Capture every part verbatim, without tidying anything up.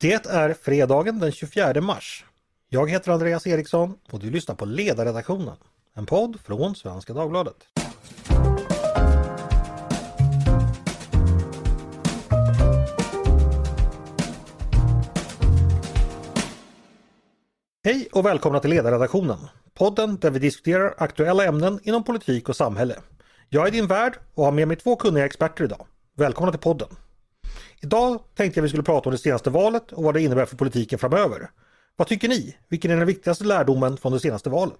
Det är fredagen den tjugofjärde mars. Jag heter Andreas Eriksson och du lyssnar på Ledarredaktionen, en podd från Svenska Dagbladet. Hej och välkomna till Ledarredaktionen, podden där vi diskuterar aktuella ämnen inom politik och samhälle. Jag är din värd och har med mig två kunniga experter idag. Välkomna till podden. Idag tänkte jag vi skulle prata om det senaste valet och vad det innebär för politiken framöver. Vad tycker ni? Vilken är den viktigaste lärdomen från det senaste valet?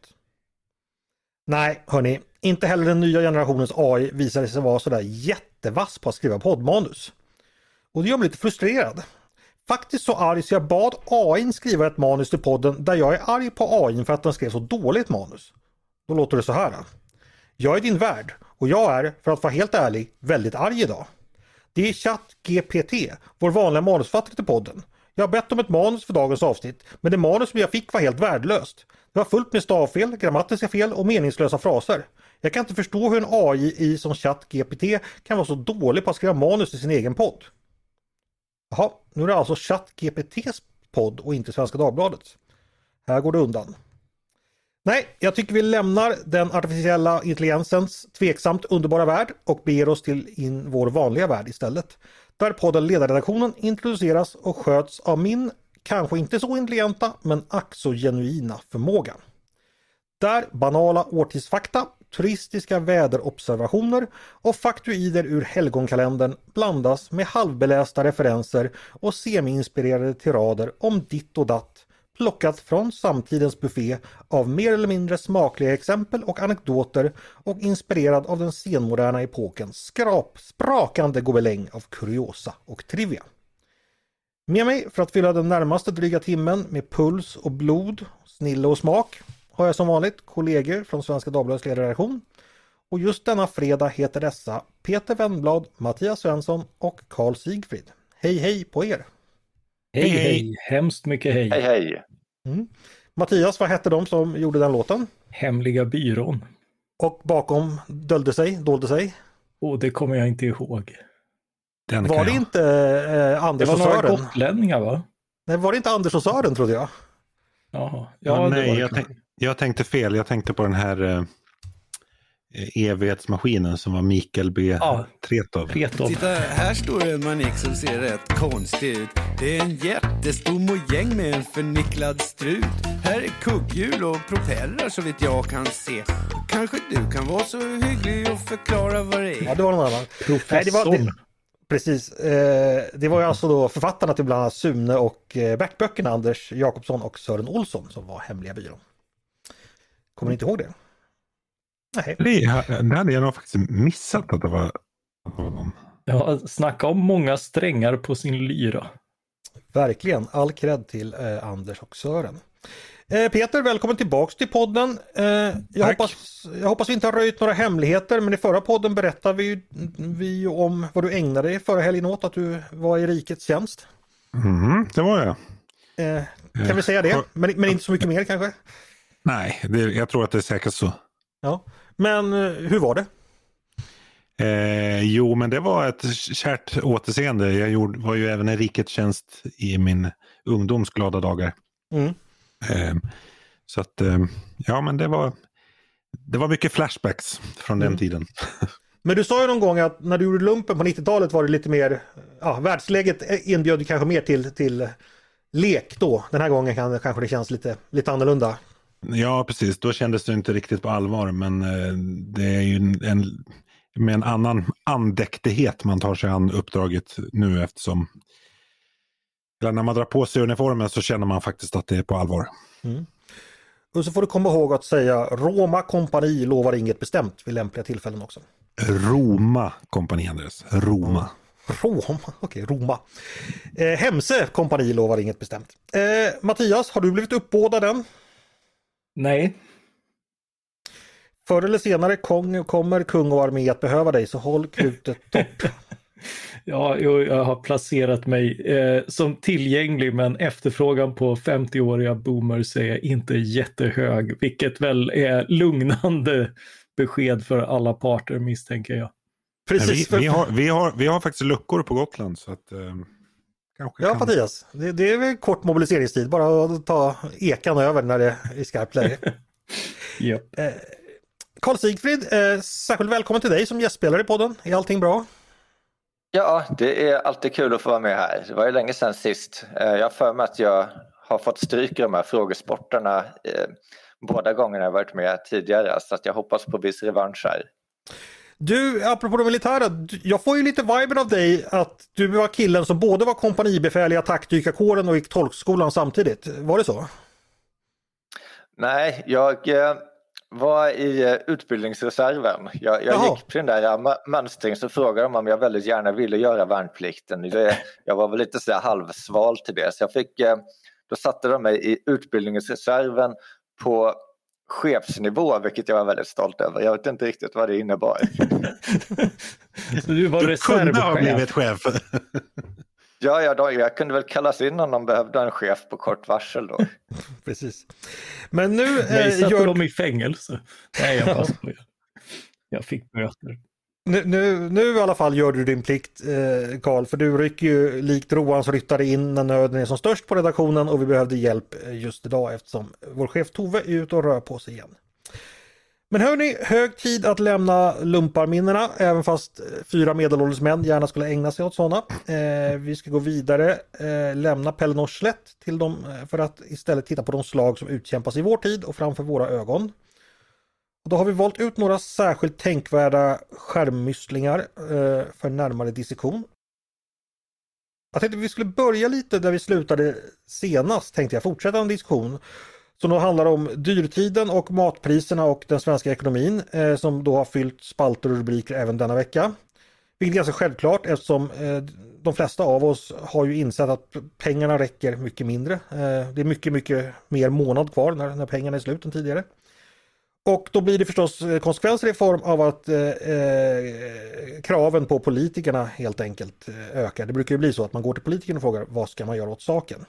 Nej, hörni, inte heller den nya generationens A I visade sig vara sådär jättevass på att skriva poddmanus. Och det gör mig lite frustrerad. Faktiskt så arg så jag bad A I skriva ett manus till podden där jag är arg på A I för att den skrev så dåligt manus. Då låter det så här. Jag är din värd och jag är, för att vara helt ärlig, väldigt arg idag. Det är ChatGPT, vår vanliga manusfattare till podden. Jag har bett om ett manus för dagens avsnitt, men det manus som jag fick var helt värdelöst. Det var fullt med stavfel, grammatiska fel och meningslösa fraser. Jag kan inte förstå hur en A I som ChatGPT kan vara så dålig på att skriva manus till sin egen podd. Jaha, nu är det alltså ChatGPTs podd och inte Svenska Dagbladets. Här går det undan. Nej, jag tycker vi lämnar den artificiella intelligensens tveksamt underbara värld och ber oss till in vår vanliga värld istället. Där podden Ledarredaktionen introduceras och sköts av min, kanske inte så intelligenta, men ack så genuina förmåga. Där banala årtidsfakta, turistiska väderobservationer och faktoider ur helgonkalendern blandas med halvbelästa referenser och semi-inspirerade tirader om ditt och datt, plockat från samtidens buffé av mer eller mindre smakliga exempel och anekdoter och inspirerad av den senmoderna epokens skrap, sprakande gobeläng av kuriosa och trivia. Med mig för att fylla den närmaste dryga timmen med puls och blod, snille och smak har jag som vanligt kollegor från Svenska Dagbladets ledarredaktion. Och just denna fredag heter dessa Peter Wennblad, Mattias Svensson och Carl Sigfrid. Hej hej på er! Hej hej, hej. Hemskt mycket hej. Hej hej. Mm. Mattias, vad hette de som gjorde den låten? Hemliga byrån. Och bakom dölde sig, dolde sig? Och det kommer jag inte ihåg. Den var det jag. inte eh, Anders och Sören? Det var några gotlänningar, va? Nej, var det inte Anders och Sören, trodde jag? Jaha. Ja, ja, nej, jag, tänk, jag tänkte fel. Jag tänkte på den här eh, evighetsmaskinen som var Mikael B. Ja, Tretow. Titta, här står en manik som ser rätt konstig ut. Det är en jättestor mojäng med en förnicklad strut. Här är kugghjul och propellrar så vitt jag kan se. Kanske du kan vara så hygglig och förklara vad det är. Ja, det var någon annan. Professorn. Nej, det var, det, precis. Eh, det var ju alltså då författarna till bland annat Sune och eh, Bert-böckerna, Anders Jakobsson och Sören Olsson, som var Hemliga byrån. Kommer ni inte ihåg det? Nej. Det hade jag nog faktiskt missat att det var någon. Ja, snacka om många strängar på sin lyra. Verkligen, all cred till eh, Anders och Sören. Eh, Peter, välkommen tillbaks till podden. Eh, jag, hoppas, jag hoppas vi inte har röjt några hemligheter, men i förra podden berättade vi, vi om vad du ägnade dig förra helgen åt, att du var i rikets tjänst. Mm, det var jag. Eh, kan vi säga det? Men, men inte så mycket mer kanske? Nej, det, jag tror att det är säkert så. Ja, men hur var det? Eh, jo, men det var ett kärt återseende. Jag gjorde, var ju även en rikets tjänst i min ungdomsglada dagar. Mm. Eh, så att, eh, ja men det var det var mycket flashbacks från mm. den tiden. Men du sa ju någon gång att när du gjorde lumpen på nittiotalet var det lite mer, ja, världsläget inbjöd kanske mer till, till lek då. Den här gången kan, kanske det känns lite, lite annorlunda. Ja, precis. Då kändes det inte riktigt på allvar, men eh, det är ju en, en, med en annan andäktighet man tar sig an uppdraget nu, eftersom eller när man drar på sig uniformen så känner man faktiskt att det är på allvar. Mm. Och så får du komma ihåg att säga Roma kompani lovar inget bestämt vid lämpliga tillfällen också. Roma kompani, Andres. Roma. Roma, okej, okay, Roma. Eh, Hemse kompani lovar inget bestämt. Eh, Mattias, har du blivit uppbådad än? Nej. Förr eller senare kom, kommer kung och armé att behöva dig, så håll krutet topp. Ja, jag har placerat mig eh, som tillgänglig, men efterfrågan på femtio-åriga boomers är inte jättehög, vilket väl är lugnande besked för alla parter, misstänker jag. Precis. Vi, vi, har, vi, har, vi har faktiskt luckor på Gotland, så att eh, kanske Ja, kan... Mattias, det, det är väl kort mobiliseringstid. Bara att ta ekan över när det är skarpt läge. Yep. eh, Karl Sigfrid, eh, särskilt välkommen till dig som gästspelare i podden. Är allting bra? Ja, det är alltid kul att få vara med här. Det var ju länge sedan sist. Jag har för mig att jag har fått stryk i de här frågesporterna eh, båda gångerna jag varit med tidigare, så att jag hoppas på viss revansch här. Du, apropå det militära, jag får ju lite viben av dig att du var killen som både var kompanibefäl i attackdykarkåren och gick tolkskolan samtidigt. Var det så? Nej, jag eh, var i eh, utbildningsreserven. Jag, jag gick på den där uh, mönstring, så frågade de om jag väldigt gärna ville göra värnplikten. Det, jag var väl lite så här halvsval till det, så jag fick, eh, då satte de mig i utbildningsreserven på chefsnivå, vilket jag var väldigt stolt över. Jag vet inte riktigt vad det innebar. Så du var du kunde ha blivit chef. Ja, ja då, jag kunde väl kallas in om de behövde en chef på kort varsel då. Precis. Men nu... Nej, satte gör... de i fängelse. Nej, jag bara skojar. Jag fick böter. Nu, nu, nu i alla fall gör du din plikt, eh, Karl, för du rycker ju likt Roans ryttare in när nöden är som störst på redaktionen och vi behövde hjälp just idag eftersom vår chef Tove är ute och rör på sig igen. Men hörni, hög tid att lämna lumparminnena, även fast fyra medelålders män gärna skulle ägna sig åt sådana. Eh, vi ska gå vidare, eh, lämna Pelle Norslätt till dem för att istället titta på de slag som utkämpas i vår tid och framför våra ögon. Och då har vi valt ut några särskilt tänkvärda skärmmysslingar eh, för närmare dissektion. Jag tänkte att vi skulle börja lite där vi slutade senast, tänkte jag fortsätta en diskussion. Som då handlar om dyrtiden och matpriserna och den svenska ekonomin eh, som då har fyllt spalter och rubriker även denna vecka. Vilket är ganska självklart eftersom eh, de flesta av oss har ju insett att pengarna räcker mycket mindre. Eh, det är mycket, mycket mer månad kvar när, när pengarna är slut än tidigare. Och då blir det förstås konsekvenser i form av att eh, kraven på politikerna helt enkelt ökar. Det brukar ju bli så att man går till politikerna och frågar vad ska man göra åt saken.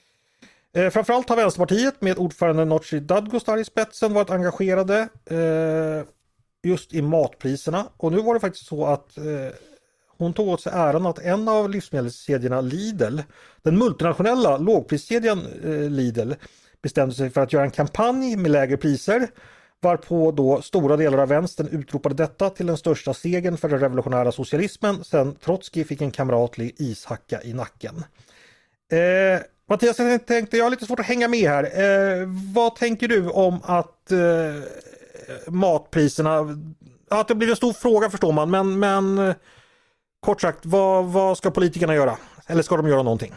Eh, framförallt har Vänsterpartiet med ordförande Nooshi Dadgostar i spetsen varit engagerade eh, just i matpriserna. Och nu var det faktiskt så att eh, hon tog åt sig äran att en av livsmedelskedjorna Lidl, den multinationella lågpriskedjan eh, Lidl, bestämde sig för att göra en kampanj med lägre priser. Varpå då stora delar av vänstern utropade detta till den största segern för den revolutionära socialismen sen Trotsky fick en kamratlig ishacka i nacken. Eh, Mattias, jag tänkte, jag har lite svårt att hänga med här. Eh, vad tänker du om att eh, matpriserna, att det blir en stor fråga förstår man, men, men eh, kort sagt, vad, vad ska politikerna göra? Eller ska de göra någonting?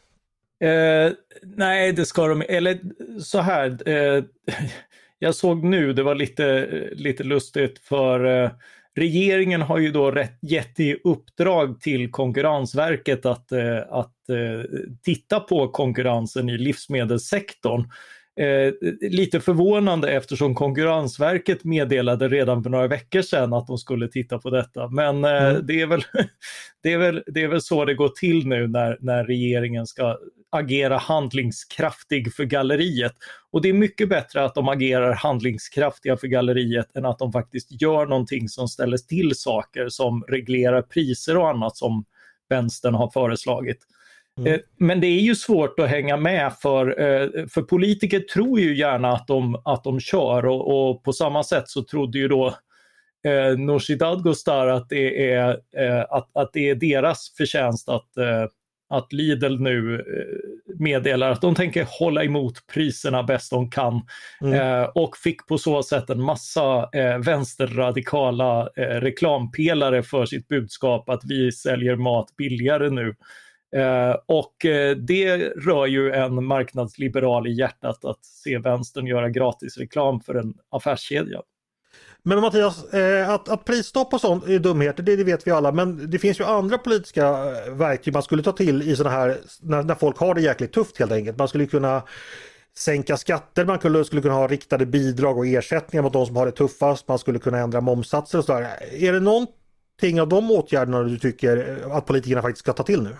Eh, nej, det ska de, eller så här, eh, jag såg nu, det var lite, lite lustigt för eh, regeringen har ju då rätt, gett i uppdrag till Konkurrensverket att, eh, att eh, titta på konkurrensen i livsmedelssektorn. Eh, lite förvånande eftersom Konkurrensverket meddelade redan för några veckor sedan att de skulle titta på detta. Men eh, mm. det, är väl, det, är väl, det är väl så det går till nu när, när regeringen ska agera handlingskraftig för galleriet. Och det är mycket bättre att de agerar handlingskraftiga för galleriet än att de faktiskt gör någonting som ställer till saker som reglerar priser och annat som vänstern har föreslagit. Mm. Men det är ju svårt att hänga med för, för politiker tror ju gärna att de, att de kör och, och på samma sätt så trodde ju då eh, Nooshi Dadgostar att det är, eh, att, att det är deras förtjänst att, eh, att Lidl nu eh, meddelar att de tänker hålla emot priserna bäst de kan mm. eh, och fick på så sätt en massa eh, vänsterradikala eh, reklampelare för sitt budskap att vi säljer mat billigare nu. Uh, och uh, det rör ju en marknadsliberal i hjärtat att se vänstern göra gratis reklam för en affärskedja. Men Mattias, eh, att, att prisstopp och sånt är dumheter, det, det vet vi alla. Men det finns ju andra politiska verktyg man skulle ta till i sådana här, när, när folk har det jäkligt tufft helt enkelt. Man skulle kunna sänka skatter, man skulle, skulle kunna ha riktade bidrag och ersättningar mot de som har det tuffast. Man skulle kunna ändra momssatser och sådär. Är det någonting av de åtgärderna du tycker att politikerna faktiskt ska ta till nu?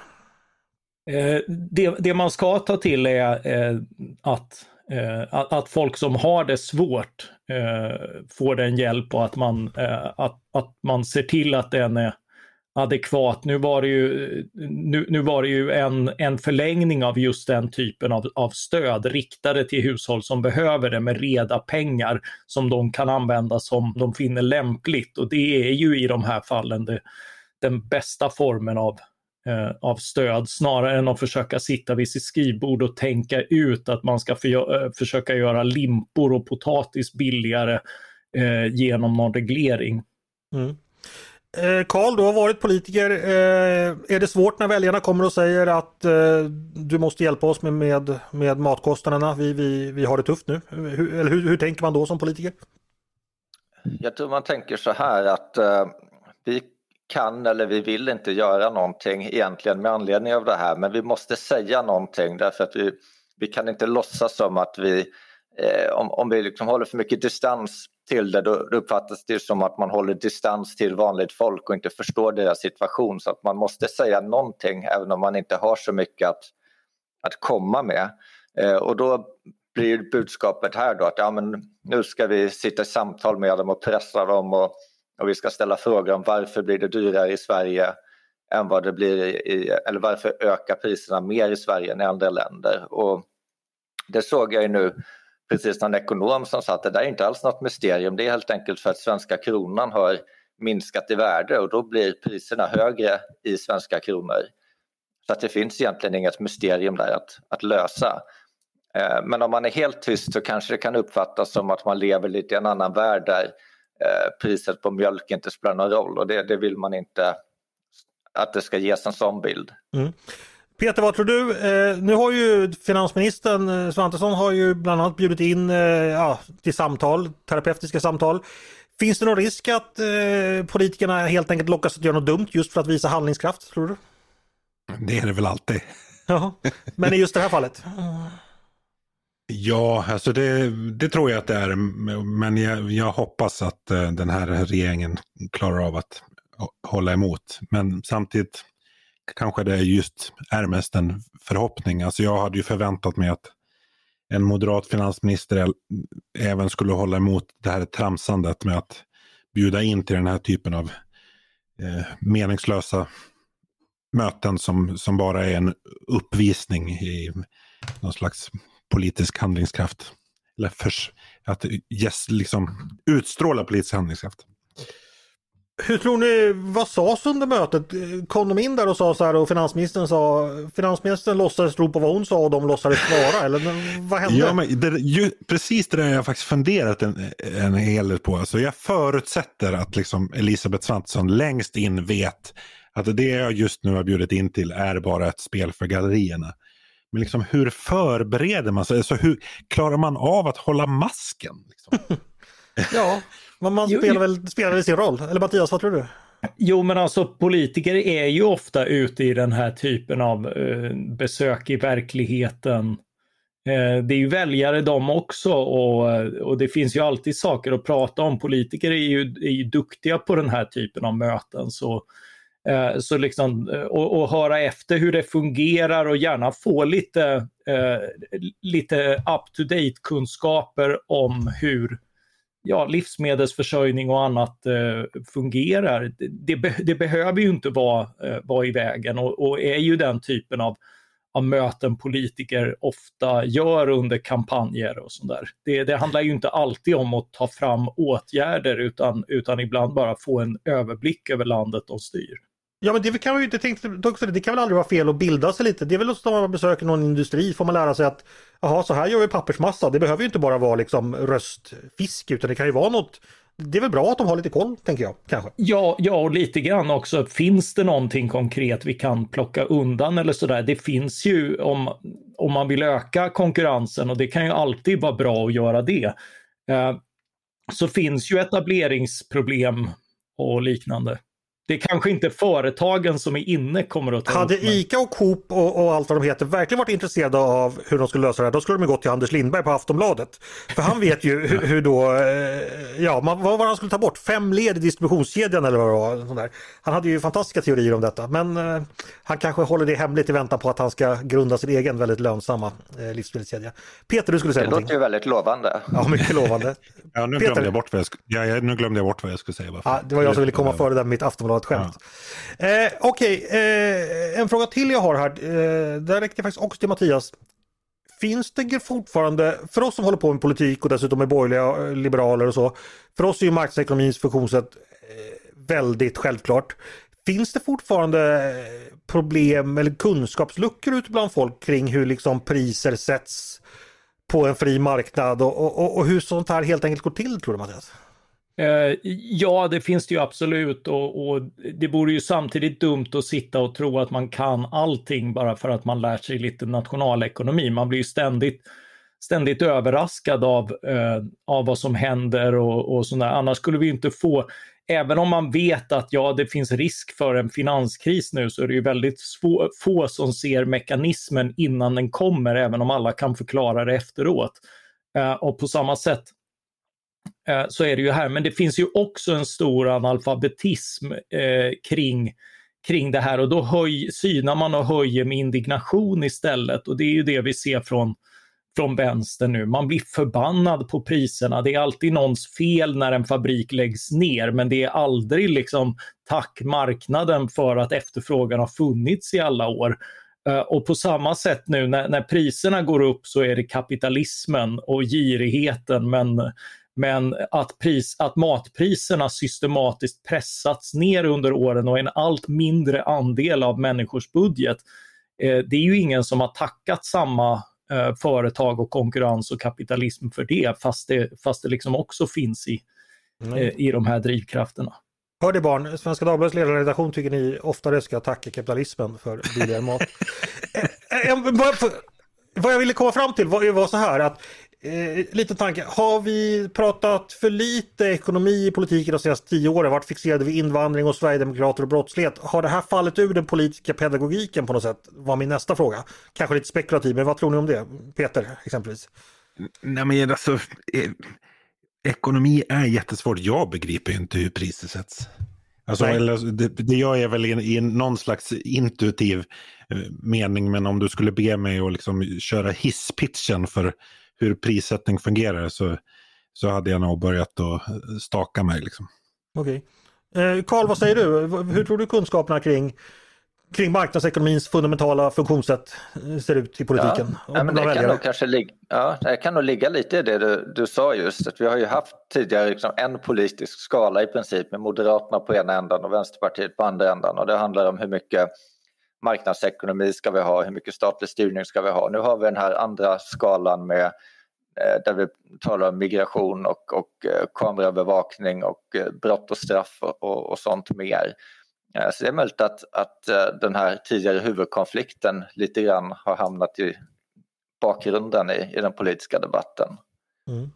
Eh, det, det man ska ta till är eh, att, eh, att, att folk som har det svårt eh, får den hjälp och att man, eh, att, att man ser till att den är, adekvat. Nu var det ju, nu, nu var det ju en, en förlängning av just den typen av, av stöd riktade till hushåll som behöver det med reda pengar som de kan använda som de finner lämpligt. Och det är ju i de här fallen det, den bästa formen av, eh, av stöd, snarare än att försöka sitta vid sitt skrivbord och tänka ut att man ska för, försöka göra limpor och potatis billigare eh, genom någon reglering. Mm. Karl, du har varit politiker. Är det svårt när väljarna kommer och säger att du måste hjälpa oss med, med, med matkostnaderna? Vi, vi, vi har det tufft nu. Hur, eller hur, hur tänker man då som politiker? Jag tror man tänker så här att uh, vi kan eller vi vill inte göra någonting egentligen med anledning av det här. Men vi måste säga någonting därför att vi, vi kan inte låtsas som att vi, eh, om, om vi liksom håller för mycket distans till det, då uppfattas det som att man håller distans till vanligt folk och inte förstår deras situation. Så att man måste säga någonting även om man inte har så mycket att, att komma med. Eh, och då blir budskapet här då att ja, men nu ska vi sitta i samtal med dem och pressa dem och, och vi ska ställa frågor om varför blir det dyrare i Sverige än vad det blir i, eller varför ökar priserna mer i Sverige än i andra länder. Och det såg jag ju nu precis någon ekonom som sa att det där är inte alls något mysterium. Det är helt enkelt för att svenska kronan har minskat i värde och då blir priserna högre i svenska kronor. Så att det finns egentligen inget mysterium där att, att lösa. Eh, men om man är helt tyst så kanske det kan uppfattas som att man lever lite i en annan värld där eh, priset på mjölk inte spelar någon roll. Och det, det vill man inte att det ska ges en sån bild. Mm. Peter, vad tror du? Eh, nu har ju finansministern Svantesson har ju bland annat bjudit in eh, ja, till samtal, terapeutiska samtal. Finns det någon risk att eh, politikerna helt enkelt lockas att göra något dumt just för att visa handlingskraft, tror du? Det är det väl alltid. Ja, men i just det här fallet? Ja, alltså det, det tror jag att det är. Men jag, jag hoppas att uh, den här regeringen klarar av att hålla emot. Men samtidigt kanske det just är mest en förhoppning. Alltså jag hade ju förväntat mig att en moderat finansminister även skulle hålla emot det här tramsandet med att bjuda in till den här typen av eh, meningslösa möten som, som bara är en uppvisning i någon slags politisk handlingskraft. Eller för, att yes, liksom utstråla politisk handlingskraft. Hur tror ni, vad sades under mötet? Kom de in där och sa så här och finansministern sa, finansministern låtsades tro på vad hon sa och de låtsades svara, eller vad hände? Ja, men det, ju, precis det där har jag faktiskt funderat en, en hel del på. Alltså jag förutsätter att liksom Elisabeth Svantesson längst in vet att det jag just nu har bjudit in till är bara ett spel för gallerierna. Men liksom hur förbereder man sig? Alltså hur klarar man av att hålla masken? Liksom? Ja, men man spelar väl, spelar väl sin roll. Eller Mattias, vad tror du? Jo, men alltså politiker är ju ofta ute i den här typen av eh, besök i verkligheten. Eh, det är ju väljare de också och, och det finns ju alltid saker att prata om. Politiker är ju, är ju duktiga på den här typen av möten. Så, eh, så liksom, och, och höra efter hur det fungerar och gärna få lite, eh, lite up-to-date kunskaper om hur ja, livsmedelsförsörjning och annat eh, fungerar. Det, be- det behöver ju inte vara, eh, vara i vägen och, och är ju den typen av, av möten politiker ofta gör under kampanjer och sånt där. Det, det handlar ju inte alltid om att ta fram åtgärder utan, utan ibland bara få en överblick över landet de styr. Ja, men det kan man ju inte tänka också, det kan väl aldrig vara fel att bilda sig lite. Det är väl som när man besöker någon industri får man lära sig att jaha, så här gör vi pappersmassa. Det behöver ju inte bara vara liksom röstfisk utan det kan ju vara något. Det är väl bra att de har lite koll, tänker jag, kanske. Ja, ja, och lite grann också. Finns det någonting konkret vi kan plocka undan eller sådär? Det finns ju om, om man vill öka konkurrensen och det kan ju alltid vara bra att göra det. Eh, så finns ju etableringsproblem och liknande. Det är kanske inte företagen som är inne kommer att ta Hade upp, men... ICA och Coop och, och allt vad de heter verkligen varit intresserade av hur de skulle lösa det här, då skulle de gå till Anders Lindberg på Aftonbladet. För han vet ju hur, hur då, eh, ja, man, vad var han skulle ta bort? Fem led i distributionskedjan eller vad det var. Sån där. Han hade ju fantastiska teorier om detta, men eh, han kanske håller det hemligt i väntan på att han ska grunda sin egen väldigt lönsamma eh, livsmedelskedja. Peter, du skulle säga det någonting. Det låter ju väldigt lovande. Ja, mycket lovande. Ja, nu, Peter. glömde jag bort vad jag sk- ja, jag, nu glömde jag bort vad jag skulle säga. Ja, det var jag som ville komma före där med mitt Aftonbladet var ett skämt. Ja. Eh, Okej, okay. eh, en fråga till jag har här. Eh, där räckte faktiskt också till Mattias. Finns det fortfarande, för oss som håller på med politik och dessutom är borgerliga liberaler och så, för oss är ju marknadsekonomins funktionssätt eh, väldigt självklart. Finns det fortfarande problem eller kunskapsluckor ute bland folk kring hur liksom priser sätts på en fri marknad och, och, och hur sånt här helt enkelt går till, tror du, Mattias? Eh, ja, det finns det ju absolut, och, och det vore ju samtidigt dumt att sitta och tro att man kan allting bara för att man lär sig lite nationalekonomi. Man blir ju ständigt, ständigt överraskad av, eh, av vad som händer och, och sådär. Annars skulle vi inte få, även om man vet att ja, det finns risk för en finanskris nu, så är det ju väldigt få, få som ser mekanismen innan den kommer, även om alla kan förklara det efteråt. Eh, och på samma sätt så är det ju här, men det finns ju också en stor analfabetism eh, kring, kring det här, och då höj, synar man och höjer med indignation istället, och det är ju det vi ser från, från vänster nu. Man blir förbannad på priserna, det är alltid någons fel när en fabrik läggs ner, men det är aldrig liksom tack marknaden för att efterfrågan har funnits i alla år. Uh, och på samma sätt nu när, när priserna går upp så är det kapitalismen och girigheten, men Men att, pris, att matpriserna systematiskt pressats ner under åren och en allt mindre andel av människors budget. Eh, det är ju ingen som har tackat samma eh, företag och konkurrens och kapitalism för det, fast det, fast det liksom också finns i, mm. eh, i de här drivkrafterna. Hör det, barn, Svenska Dagbladets ledarredaktion tycker ni oftare ska tacka kapitalismen för billigare mat. eh, eh, vad, vad jag ville komma fram till var, var så här att Eh, lite tanke, har vi pratat för lite ekonomi i politiken de senaste tio åren? Vart fixerade vi invandring och Sverigedemokrater och brottslighet? Har det här fallit ur den politiska pedagogiken på något sätt? Var min nästa fråga. Kanske lite spekulativ, men vad tror ni om det? Peter, exempelvis. Nej, men alltså, eh, ekonomi är jättesvårt. Jag begriper inte hur priser sätts. Alltså, eller, det, det gör jag väl i, i någon slags intuitiv eh, mening, men om du skulle be mig att liksom köra hisspitchen för hur prissättning fungerar, så, så hade jag nog börjat att staka mig. Liksom. Okej. Okay. Carl, eh, vad säger du? Hur tror du kunskaperna kring, kring marknadsekonomins fundamentala funktionssätt ser ut i politiken? Ja, men det, kan nog kanske ligga, ja, det kan nog ligga lite i det du, du sa just. Att vi har ju haft tidigare liksom en politisk skala i princip, med Moderaterna på ena ändan och Vänsterpartiet på andra ändan. Och det handlar om hur mycket marknadsekonomi ska vi ha, hur mycket statlig styrning ska vi ha. Nu har vi den här andra skalan med eh, där vi talar om migration och, och eh, kameraövervakning och eh, brott och straff och, och, och sånt mer. Eh, så det är möjligt att, att eh, den här tidigare huvudkonflikten lite grann har hamnat i bakgrunden i, i den politiska debatten. Mm.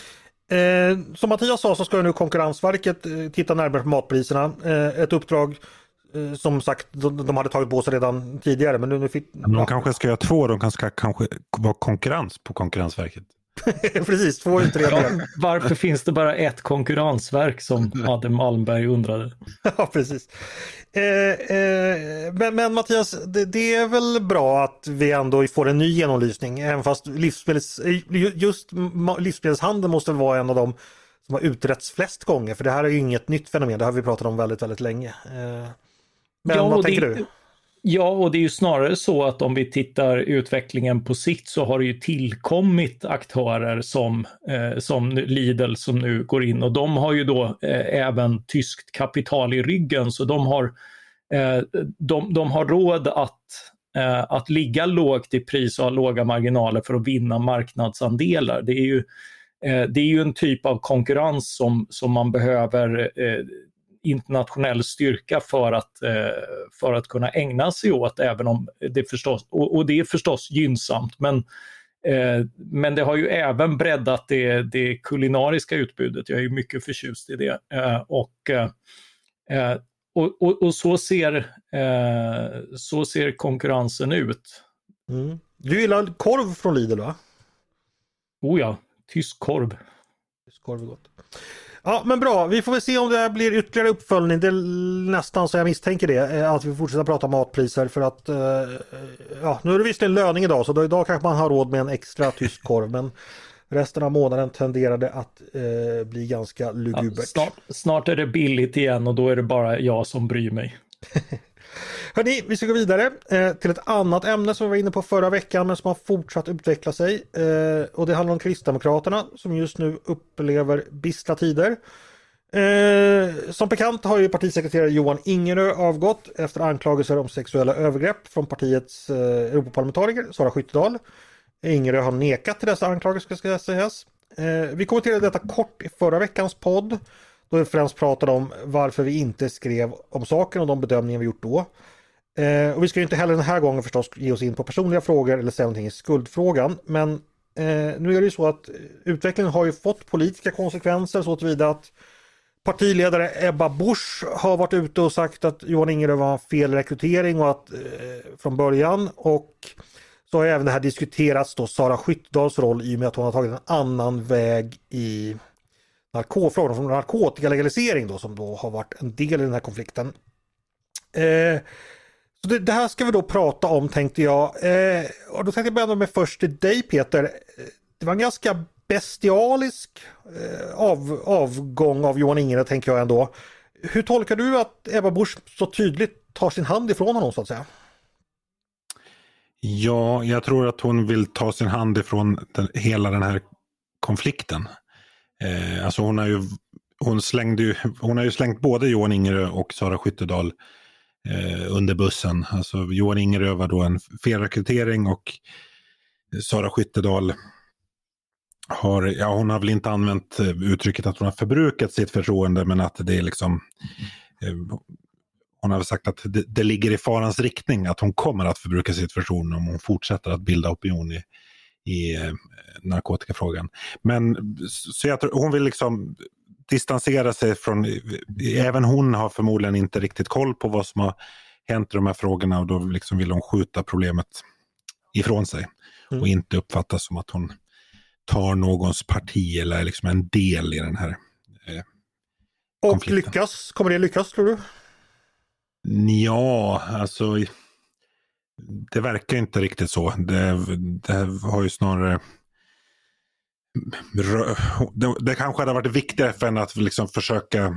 Eh, som Mattias sa så ska nu Konkurrensverket eh, titta närmare på matpriserna. Eh, ett uppdrag som sagt, de, de hade tagit på sig redan tidigare. Men nu, nu fick, de ja. kanske ska göra två, de kanske ska kanske vara konkurrens på Konkurrensverket. Precis, två utredningar. Ja, varför finns det bara ett konkurrensverk, som Adam Malmberg undrade? Ja, precis. Eh, eh, men, men Mattias, det, det är väl bra att vi ändå får en ny genomlysning, även fast livsmedels, just livsmedelshandeln måste vara en av dem som har utretts flest gånger, för det här är ju inget nytt fenomen, det har vi pratat om väldigt, väldigt länge. Eh, Men ja, vad tänker det, du? Ja, och det är ju snarare så att om vi tittar utvecklingen på sikt, så har det ju tillkommit aktörer som, eh, som Lidl som nu går in, och de har ju då eh, även tyskt kapital i ryggen, så de har, eh, de, de har råd att, eh, att ligga lågt i pris och ha låga marginaler för att vinna marknadsandelar. Det är ju, eh, det är ju en typ av konkurrens som, som man behöver eh, internationell styrka för att, för att kunna ägna sig åt, även om det förstås, och, och det är förstås gynnsamt, men, men det har ju även breddat det, det kulinariska utbudet. Jag är ju mycket förtjust i det, och, och, och, och så, ser, så ser konkurrensen ut. Mm. Du gillar korv från Lidl, va? Oh ja, tysk korv. Tysk korv är gott. Ja, men bra. Vi får väl se om det blir ytterligare uppföljning. Det är nästan så jag misstänker det, att vi fortsätter prata matpriser, för att ja, nu är det visserligen löning idag, så då, idag kanske man har råd med en extra tysk korv, men Resten av månaden tenderade att eh, bli ganska lugubert. Ja, snart, snart är det billigt igen och då är det bara jag som bryr mig. Hörrni, vi ska gå vidare eh, till ett annat ämne som vi var inne på förra veckan men som har fortsatt utveckla sig. Eh, och det handlar om Kristdemokraterna som just nu upplever bistra tider. Eh, som bekant har ju partisekreterare Johan Ingerö avgått efter anklagelser om sexuella övergrepp från partiets eh, Europaparlamentariker Sara Skyttedal. Ingerö har nekat till dessa anklagelser ska sägas. Eh, vi kommenterade detta kort i förra veckans podd då vi främst pratade om varför vi inte skrev om saken och de bedömningar vi gjort då. Eh, och vi ska ju inte heller den här gången förstås ge oss in på personliga frågor eller säga någonting i skuldfrågan. Men eh, nu är det ju så att utvecklingen har ju fått politiska konsekvenser så tillvida att partiledare Ebba Busch har varit ute och sagt att Johan Ingerö var fel rekrytering och att, eh, från början. Och så har även det här diskuterats då Sara Skyttedals roll i och med att hon har tagit en annan väg i narkofrågan, från narkotikalegalisering då, som då har varit en del i den här konflikten. Eh, så det, det här ska vi då prata om tänkte jag. Eh, och då tänkte jag börja med först till dig Peter. Det var en ganska bestialisk eh, av, avgång av Johan Ingerö tänker jag ändå. Hur tolkar du att Ebba Busch så tydligt tar sin hand ifrån honom så att säga? Ja, jag tror att hon vill ta sin hand ifrån den, hela den här konflikten. Eh, alltså hon har ju hon slängde ju, hon har ju slängt både Johan Ingerö och Sara Skyttedal eh, under bussen. Alltså Johan Ingerö var då en felrekrytering och Sara Skyttedal har, ja hon har väl inte använt uttrycket att hon har förbrukat sitt förtroende men att det är liksom eh, hon har sagt att det, det ligger i farans riktning att hon kommer att förbruka sitt förtroende om hon fortsätter att bilda opinion i, i eh, narkotikafrågan. Men så jag tror, hon vill liksom distansera sig från, även hon har förmodligen inte riktigt koll på vad som har hänt i de här frågorna och då liksom vill hon skjuta problemet ifrån sig mm. och inte uppfattas som att hon tar någons parti eller är liksom en del i den här eh, och lyckas, kommer det lyckas tror du? Ja, alltså det verkar inte riktigt så. Det, det har ju snarare det, det kanske hade varit viktigare för henne att liksom försöka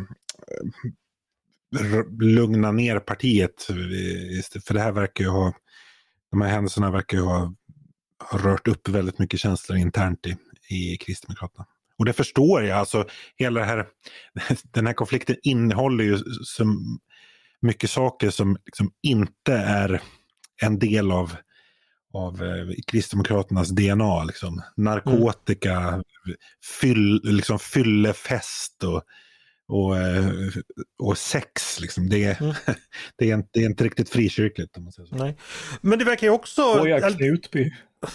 lugna ner partiet för det här verkar ju ha de här händelserna verkar ju ha, ha rört upp väldigt mycket känslor internt i, i Kristdemokraterna. Och det förstår jag, alltså hela det här den här konflikten innehåller ju som mycket saker som liksom inte är en del av, av eh, Kristdemokraternas D N A. Liksom. Narkotika, mm. fyll, liksom fyllefest och, och, eh, och sex. Liksom. Det, är, mm. det, är inte, det är inte riktigt frikyrkligt. Om man säger så. Nej. Men det verkar ju också... Och jag Knutby.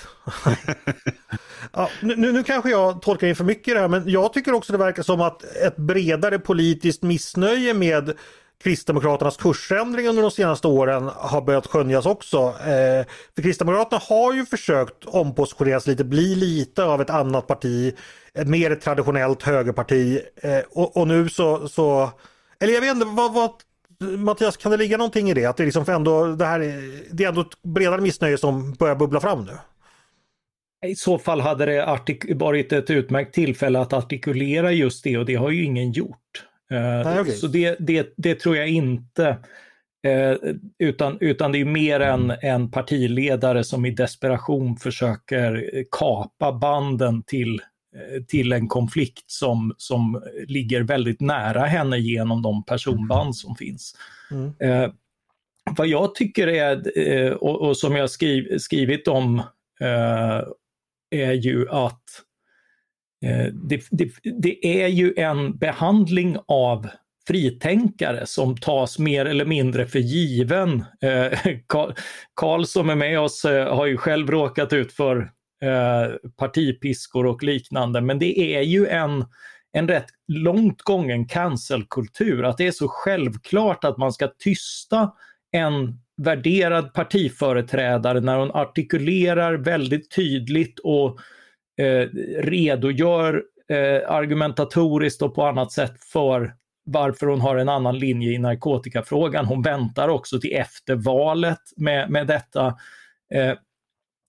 ja, nu, nu kanske jag tolkar in för mycket i det här, men jag tycker också det verkar som att ett bredare politiskt missnöje med Kristdemokraternas kursändring under de senaste åren har börjat skönjas också. Eh, för Kristdemokraterna har ju försökt ompositioneras lite, bli lite av ett annat parti, ett mer traditionellt högerparti. Eh, och, och nu så, så... Eller jag vet inte, vad, vad, Mattias, kan det ligga någonting i det? Att det, liksom ändå, det, här, det är ändå ett bredare missnöje som börjar bubbla fram nu? I så fall hade det artik- varit ett utmärkt tillfälle att artikulera just det och det har ju ingen gjort. Nej, okay. Så det, det, det tror jag inte, eh, utan, utan det är mer en, en partiledare som i desperation försöker kapa banden till, till en konflikt som, som ligger väldigt nära henne genom de personband som finns. Mm. Eh, vad jag tycker är, eh, och, och som jag skriv, skrivit om, eh, är ju att Det, det, det är ju en behandling av fritänkare som tas mer eller mindre för given. Karl, Karl som är med oss har ju själv råkat ut för partipiskor och liknande, men det är ju en, en rätt långt gången cancelkultur, att det är så självklart att man ska tysta en värderad partiföreträdare när hon artikulerar väldigt tydligt och Eh, redogör eh, argumentatoriskt och på annat sätt för varför hon har en annan linje i narkotikafrågan. Hon väntar också till efter valet med, med detta. Eh,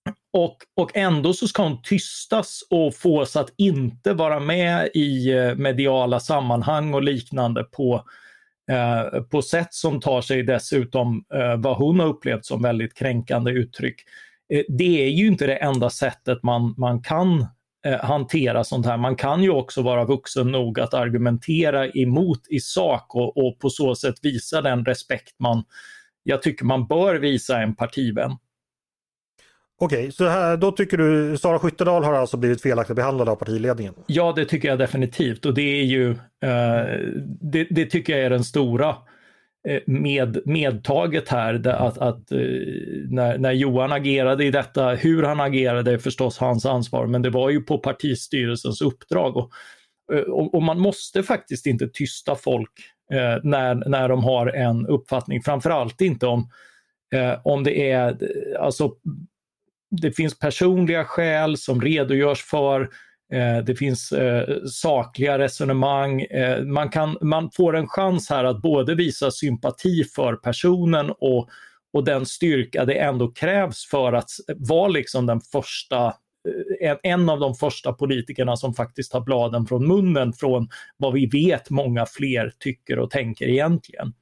Och, och ändå så ska hon tystas och fås att inte vara med i mediala sammanhang och liknande på, eh, på sätt som tar sig dessutom eh, vad hon har upplevt som väldigt kränkande uttryck. Eh, det är ju inte det enda sättet man, man kan eh, hantera sånt här. Man kan ju också vara vuxen nog att argumentera emot i sak och, och på så sätt visa den respekt man, jag tycker man bör visa en partivän. Okej, så här, då tycker du Sara Skyttedal har alltså blivit felaktigt behandlad av partiledningen? Ja, det tycker jag definitivt, och det är ju eh, det, det tycker jag är den stora eh, med, medtaget här, det, att, att eh, när, när Johan agerade i detta, hur han agerade är förstås hans ansvar, men det var ju på partistyrelsens uppdrag, och, och, och man måste faktiskt inte tysta folk eh, när, när de har en uppfattning, framförallt inte om, eh, om det är alltså det finns personliga skäl som redogörs för, eh, det finns eh, sakliga resonemang, eh, man, kan, man får en chans här att både visa sympati för personen och, och den styrka det ändå krävs för att vara liksom den första, en, en av de första politikerna som faktiskt har bladen från munnen från vad vi vet många fler tycker och tänker egentligen.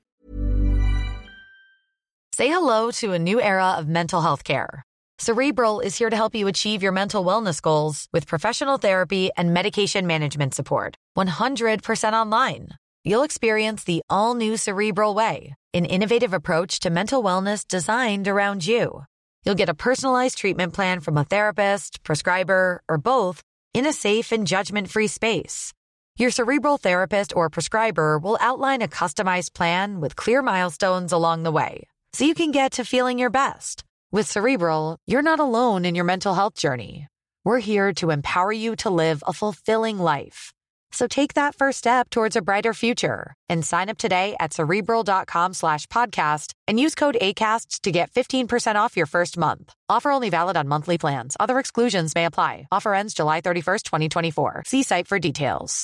Say hello to a new era of mental health care. Cerebral is here to help you achieve your mental wellness goals with professional therapy and medication management support. one hundred percent online. You'll experience the all-new Cerebral Way, an innovative approach to mental wellness designed around you. You'll get a personalized treatment plan from a therapist, prescriber, or both in a safe and judgment-free space. Your Cerebral therapist or prescriber will outline a customized plan with clear milestones along the way, so you can get to feeling your best. With Cerebral, you're not alone in your mental health journey. We're here to empower you to live a fulfilling life. So take that first step towards a brighter future and sign up today at Cerebral.com slash podcast and use code ACAST to get fifteen percent off your first month. Offer only valid on monthly plans. Other exclusions may apply. Offer ends July thirty-first, twenty twenty-four. See site for details.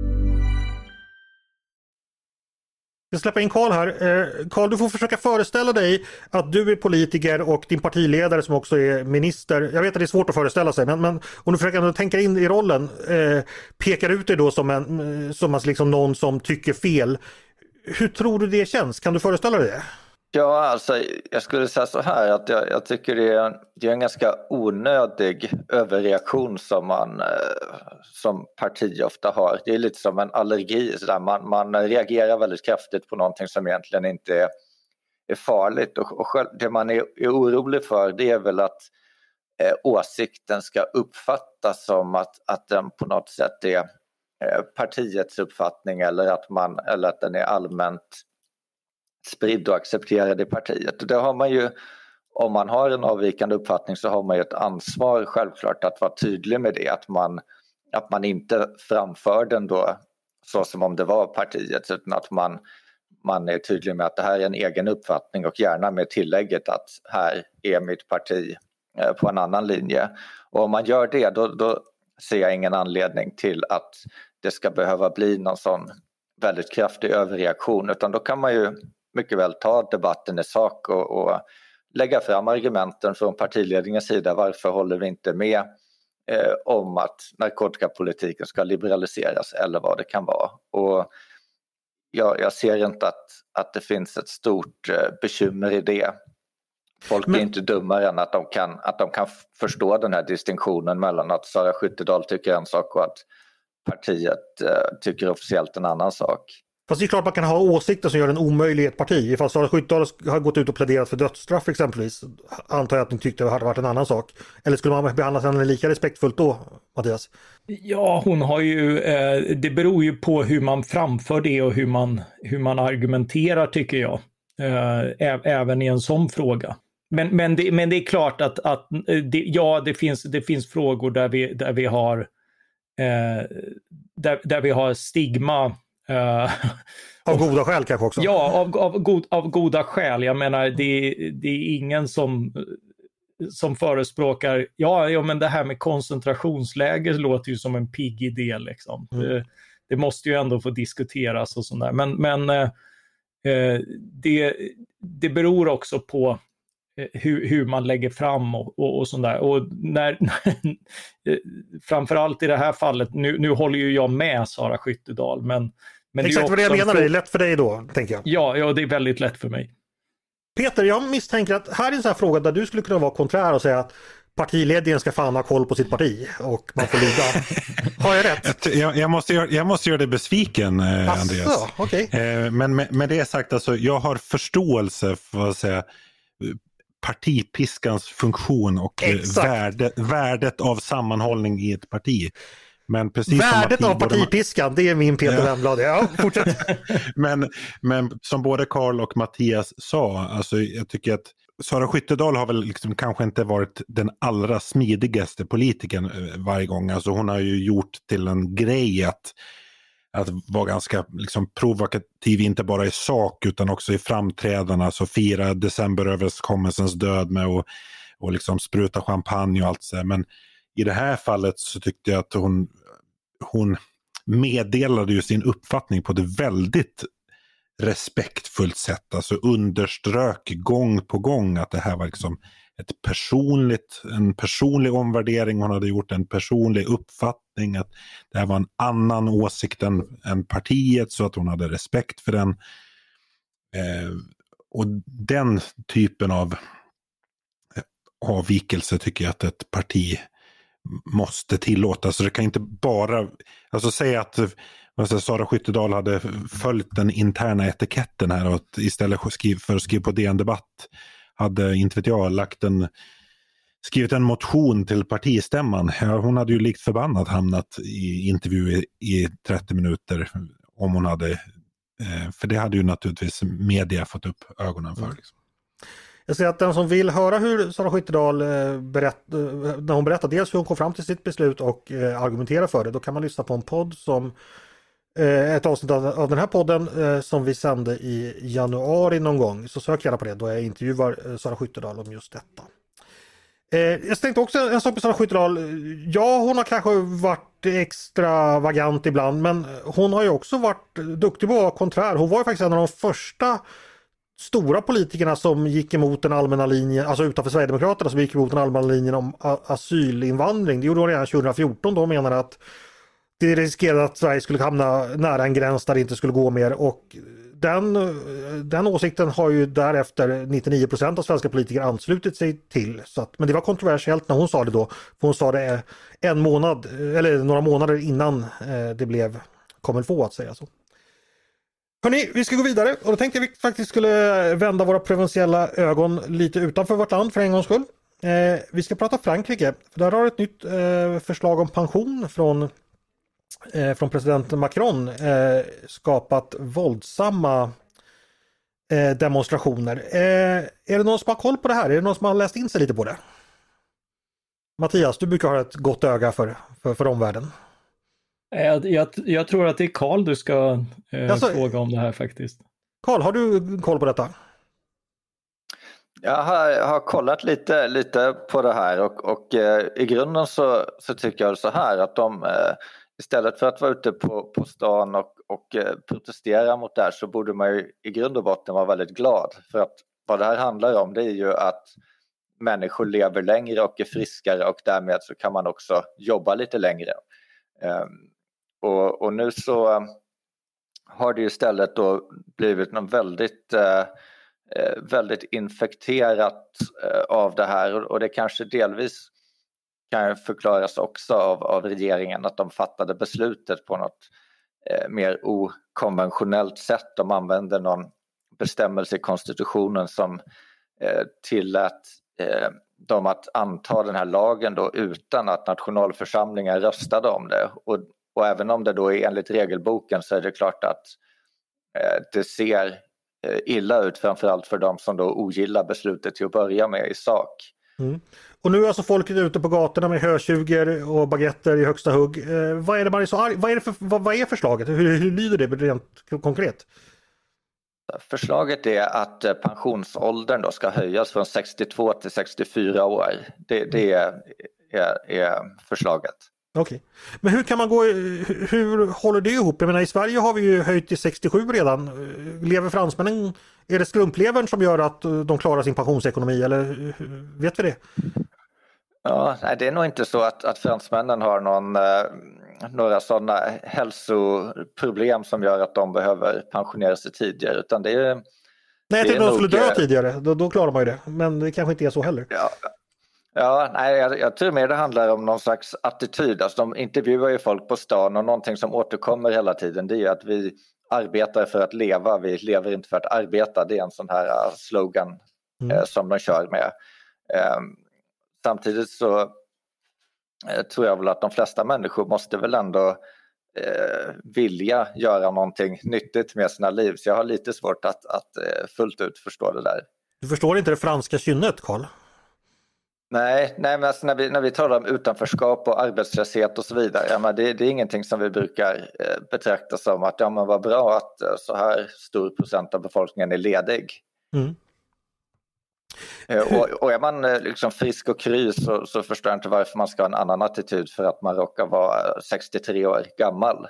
Jag släpper in Carl här. Carl, du får försöka föreställa dig att du är politiker och din partiledare som också är minister. Jag vet att det är svårt att föreställa sig, men, men om du försöker tänka in i rollen, eh, pekar ut dig då som, en, som liksom någon som tycker fel. Hur tror du det känns? Kan du föreställa dig det? Ja, alltså jag skulle säga så här att jag, jag tycker det är, det är en ganska onödig överreaktion som man som parti ofta har. Det är lite som en allergi, så där man, man reagerar väldigt kraftigt på någonting som egentligen inte är, är farligt. Och, och själv, det man är, är orolig för, det är väl att eh, åsikten ska uppfattas som att, att den på något sätt är eh, partiets uppfattning, eller att, man, eller att den är allmänt spridd och accepterad i partiet. Och det har man ju, om man har en avvikande uppfattning så har man ju ett ansvar självklart att vara tydlig med det, att man, att man inte framför den då så som om det var partiet, utan att man, man är tydlig med att det här är en egen uppfattning, och gärna med tillägget att här är mitt parti på en annan linje. Och om man gör det, då, då ser jag ingen anledning till att det ska behöva bli någon sån väldigt kraftig överreaktion, utan då kan man ju mycket väl ta debatten i sak och, och lägga fram argumenten från partiledningens sida. Varför håller vi inte med eh, om att narkotikapolitiken ska liberaliseras, eller vad det kan vara. Och jag, jag ser inte att, att det finns ett stort eh, bekymmer i det. Folk Men... är inte dummare än att de, kan, att de kan förstå den här distinktionen mellan att Sara Skyttedal tycker en sak och att partiet eh, tycker officiellt en annan sak. Fast det är klart man kan ha åsikter som gör en omöjlig i ett parti. Ifall Sara Skyttedal har gått ut och pläderat för dödsstraff exempelvis, antar jag att ni tyckte det hade varit en annan sak. Eller skulle man behandla henne lika respektfullt då, Mattias? Ja, hon har ju, eh, det beror ju på hur man framför det och hur man, hur man argumenterar, tycker jag. Eh, ä- även i en sån fråga. Men, men, det, men det är klart att, att det, ja, det finns, det finns frågor där vi, där vi har eh, där, där vi har stigma. Uh, av goda skäl kanske också? Ja, av, av, god, av goda skäl. Jag menar, det, det är ingen som, som förespråkar, ja, ja, men det här med koncentrationsläger låter ju som en pigg idé liksom. Mm. Det, det måste ju ändå få diskuteras och sånt där. Men, men uh, det, det beror också på hur, hur man lägger fram och, och, och sånt där. Och när, framförallt i det här fallet, nu, nu håller ju jag med Sara Skyttedal, men, men exakt vad det jag menar, det är lätt för dig då, tänker jag. Ja, ja, det är väldigt lätt för mig. Peter, jag misstänker att här är en sån här fråga där du skulle kunna vara konträr och säga att partiledningen ska fan ha koll på sitt parti och man får lyda. Har jag rätt? Jag, jag, måste, göra, jag måste göra dig besviken, eh, Asså, Andreas. Okay. Eh, men med, med det sagt, alltså, jag har förståelse för att säga partipiskans funktion och värde, värdet av sammanhållning i ett parti. Men precis värdet som av partipiskan, man... det är min Peter Wemblad. Ja, fortsätt. men, men som både Carl och Mattias sa, alltså, jag tycker att Sara Skyttedal har väl liksom kanske inte varit den allra smidigaste politikern varje gång. Alltså hon har ju gjort till en grej att, att vara ganska liksom provokativ, inte bara i sak utan också i framträdande. Alltså fira decemberöverenskommelsens död med att och liksom spruta champagne och allt så. Men i det här fallet så tyckte jag att hon, hon meddelade ju sin uppfattning på det väldigt respektfullt sätt, alltså underströk gång på gång att det här var liksom ett personligt, en personlig omvärdering, hon hade gjort en personlig uppfattning att det här var en annan åsikt än, än partiet, så att hon hade respekt för den. Eh, och den typen av avvikelse tycker jag att ett parti måste tillåta. Så det kan inte bara, alltså säga att alltså, Sara Skyttedal hade följt den interna etiketten här och att istället för att skriva på D N Debatt hade, inte vet jag, lagt en, skrivit en motion till partistämman. Ja, hon hade ju likt förbannat hamnat i intervju i, i trettio minuter om hon hade, eh, för det hade ju naturligtvis media fått upp ögonen för. Liksom. Jag säger att den som vill höra hur Sara Skyttedal berätt, när hon berättar dels hur hon kom fram till sitt beslut och eh, argumenterar för det, då kan man lyssna på en podd som eh, ett avsnitt av, av den här podden eh, som vi sände i januari någon gång. Så sök gärna på det då jag intervjuar eh, Sara Skyttedal om just detta. Eh, jag tänkte också en sak på Sara Skyttedal. Ja, hon har kanske varit extravagant ibland, men hon har ju också varit duktig på att vara konträr. Hon var ju faktiskt en av de första stora politikerna som gick emot den allmänna linjen, alltså utanför Sverigedemokraterna som gick emot den allmänna linjen om asylinvandring. Det gjorde hon redan tjugo fjorton, då menade att det riskerade att Sverige skulle hamna nära en gräns där det inte skulle gå mer, och den, den åsikten har ju därefter nittionio procent av svenska politiker anslutit sig till. Så att, men det var kontroversiellt när hon sa det då, för hon sa det en månad eller några månader innan det blev comme il faut, att säga så. Hörrni, vi ska gå vidare och då tänkte jag att vi faktiskt skulle vända våra provinsiella ögon lite utanför vårt land för en gångs skull. Eh, vi ska prata Frankrike, för där har ett nytt eh, förslag om pension från, eh, från president Macron eh, skapat våldsamma eh, demonstrationer. Eh, är det någon som har koll på det här? Är det någon som har läst in sig lite på det? Mattias, du brukar ha ett gott öga för, för, för omvärlden. Jag, jag, jag tror att det är Carl du ska eh, alltså, fråga om det här faktiskt. Carl, har du koll på detta? Jag har, jag har kollat lite, lite på det här och, och eh, i grunden så, så tycker jag så här att de eh, istället för att vara ute på, på stan och, och eh, protestera mot det här, så borde man ju i grund och botten vara väldigt glad. För att vad det här handlar om, det är ju att människor lever längre och är friskare, och därmed så kan man också jobba lite längre. Eh, Och, och nu så har det ju istället då blivit något väldigt, eh, väldigt infekterat eh, av det här. Och, och det kanske delvis kan förklaras också av, av regeringen att de fattade beslutet på något eh, mer okonventionellt sätt. De använde någon bestämmelse i konstitutionen som eh, tillät eh, dem att anta den här lagen då utan att nationalförsamlingen röstade om det. Och Och även om det då är enligt regelboken, så är det klart att eh, det ser eh, illa ut, framförallt för de som då ogillar beslutet till att börja med i sak. Mm. Och nu är alltså folket ute på gatorna med hötjuger och baguetter i högsta hugg. Eh, vad är det man är så arg? Vad är det för, vad, vad är förslaget? Hur, hur lyder det rent konkret? Förslaget är att eh, pensionsåldern då ska höjas från sextiotvå till sextiofyra år. Det, det är, är, är förslaget. Okej. Men hur kan man gå, hur, hur håller det ihop? Jag menar, i Sverige har vi ju höjt till sextiosju redan. Lever fransmännen, är det skrumplever som gör att de klarar sin pensionsekonomi, eller vet vi det? Ja, nej, det är nog inte så att, att fransmännen har någon, eh, några sådana hälsoproblem som gör att de behöver pensionera sig tidigare, utan det är... Nej, jag tänkte att de skulle dö nog, tidigare, då, då klarar man ju det, men det kanske inte är så heller. Ja, ja nej, jag, jag tror mer det handlar om någon slags attityd. Alltså, de intervjuar ju folk på stan, och någonting som återkommer hela tiden, det är att vi arbetar för att leva, vi lever inte för att arbeta. Det är en sån här uh, slogan mm. uh, som de kör med. Um, samtidigt så uh, tror jag väl att de flesta människor måste väl ändå uh, vilja göra någonting nyttigt med sina liv. Så jag har lite svårt att, att uh, fullt ut förstå det där. Du förstår inte det franska kynnet, Carl? Nej, nej men alltså när, vi, när vi talar om utanförskap och arbetslöshet och så vidare, ja, men det, det är ingenting som vi brukar eh, betrakta som att ja, men vad bra att eh, så här stor procent av befolkningen är ledig. Mm. Eh, och, och är man eh, liksom frisk och kry så, så förstår jag inte varför man ska ha en annan attityd för att man råkar vara sextiotre år gammal.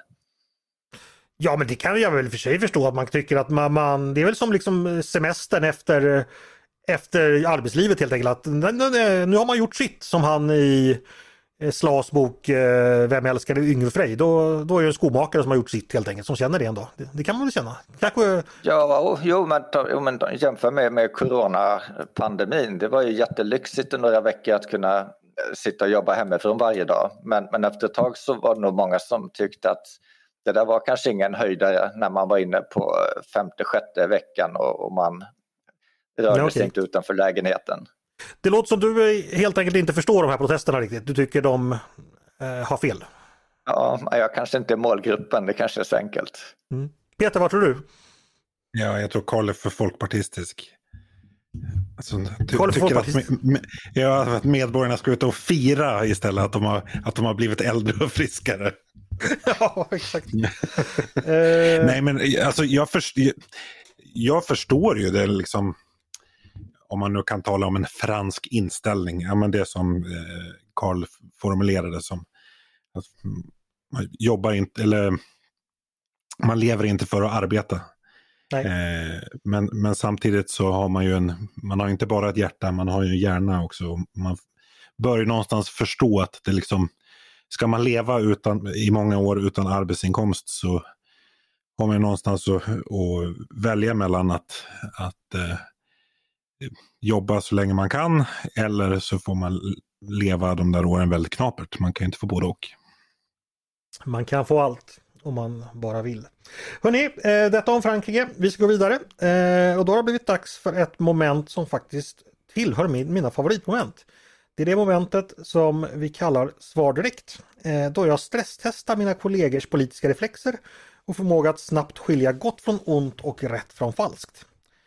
Ja, men det kan jag väl för sig förstå, att man tycker att man, man det är väl som liksom semestern efter efter arbetslivet helt enkelt, att nu har man gjort sitt, som han i Slas bok Vem älskade Yngve Frej, då, då är det en skomakare som har gjort sitt helt enkelt, som känner det ändå. Det, det kan man väl känna. Kanske... Ja, jo men, jo, men jämför med, med coronapandemin, det var ju jättelyxigt i några veckor att kunna sitta och jobba hemifrån varje dag, men, men efter ett tag så var det nog många som tyckte att det där var kanske ingen höjdare när man var inne på femte, sjätte veckan och, och man rörde ja, okay. sig inte utanför lägenheten. Det låter som du helt enkelt inte förstår de här protesterna riktigt. Du tycker de eh, har fel. Ja, jag kanske inte är målgruppen. Det kanske är så enkelt. Mm. Peter, vad tror du? Ja, jag tror Carl är för folkpartistisk. Alltså, ty- Carl är tycker folkpartist. att, med, ja, att medborgarna ska ut och fira istället. Att de har, att de har blivit äldre och friskare. Ja, exakt. Nej, men alltså jag, först, jag, jag förstår ju det liksom, om man nu kan tala om en fransk inställning. Ja, men det som eh, Carl formulerade som att man jobbar inte, eller man lever inte för att arbeta. Eh, men, men samtidigt så har man ju en, man har inte bara ett hjärta, man har ju en hjärna också. Man börjar någonstans förstå att det liksom, ska man leva utan, i många år utan arbetsinkomst, så har man någonstans att, att välja mellan att, att eh, jobba så länge man kan, eller så får man leva de där åren väldigt knapert. Man kan inte få både och. Man kan få allt om man bara vill. Hörrni, eh, detta om Frankrike. Vi ska gå vidare. Eh, och då har det blivit dags för ett moment som faktiskt tillhör min, mina favoritmoment. Det är det momentet som vi kallar svar direkt. Eh, då jag stresstestar mina kollegors politiska reflexer och förmåga att snabbt skilja gott från ont och rätt från falskt.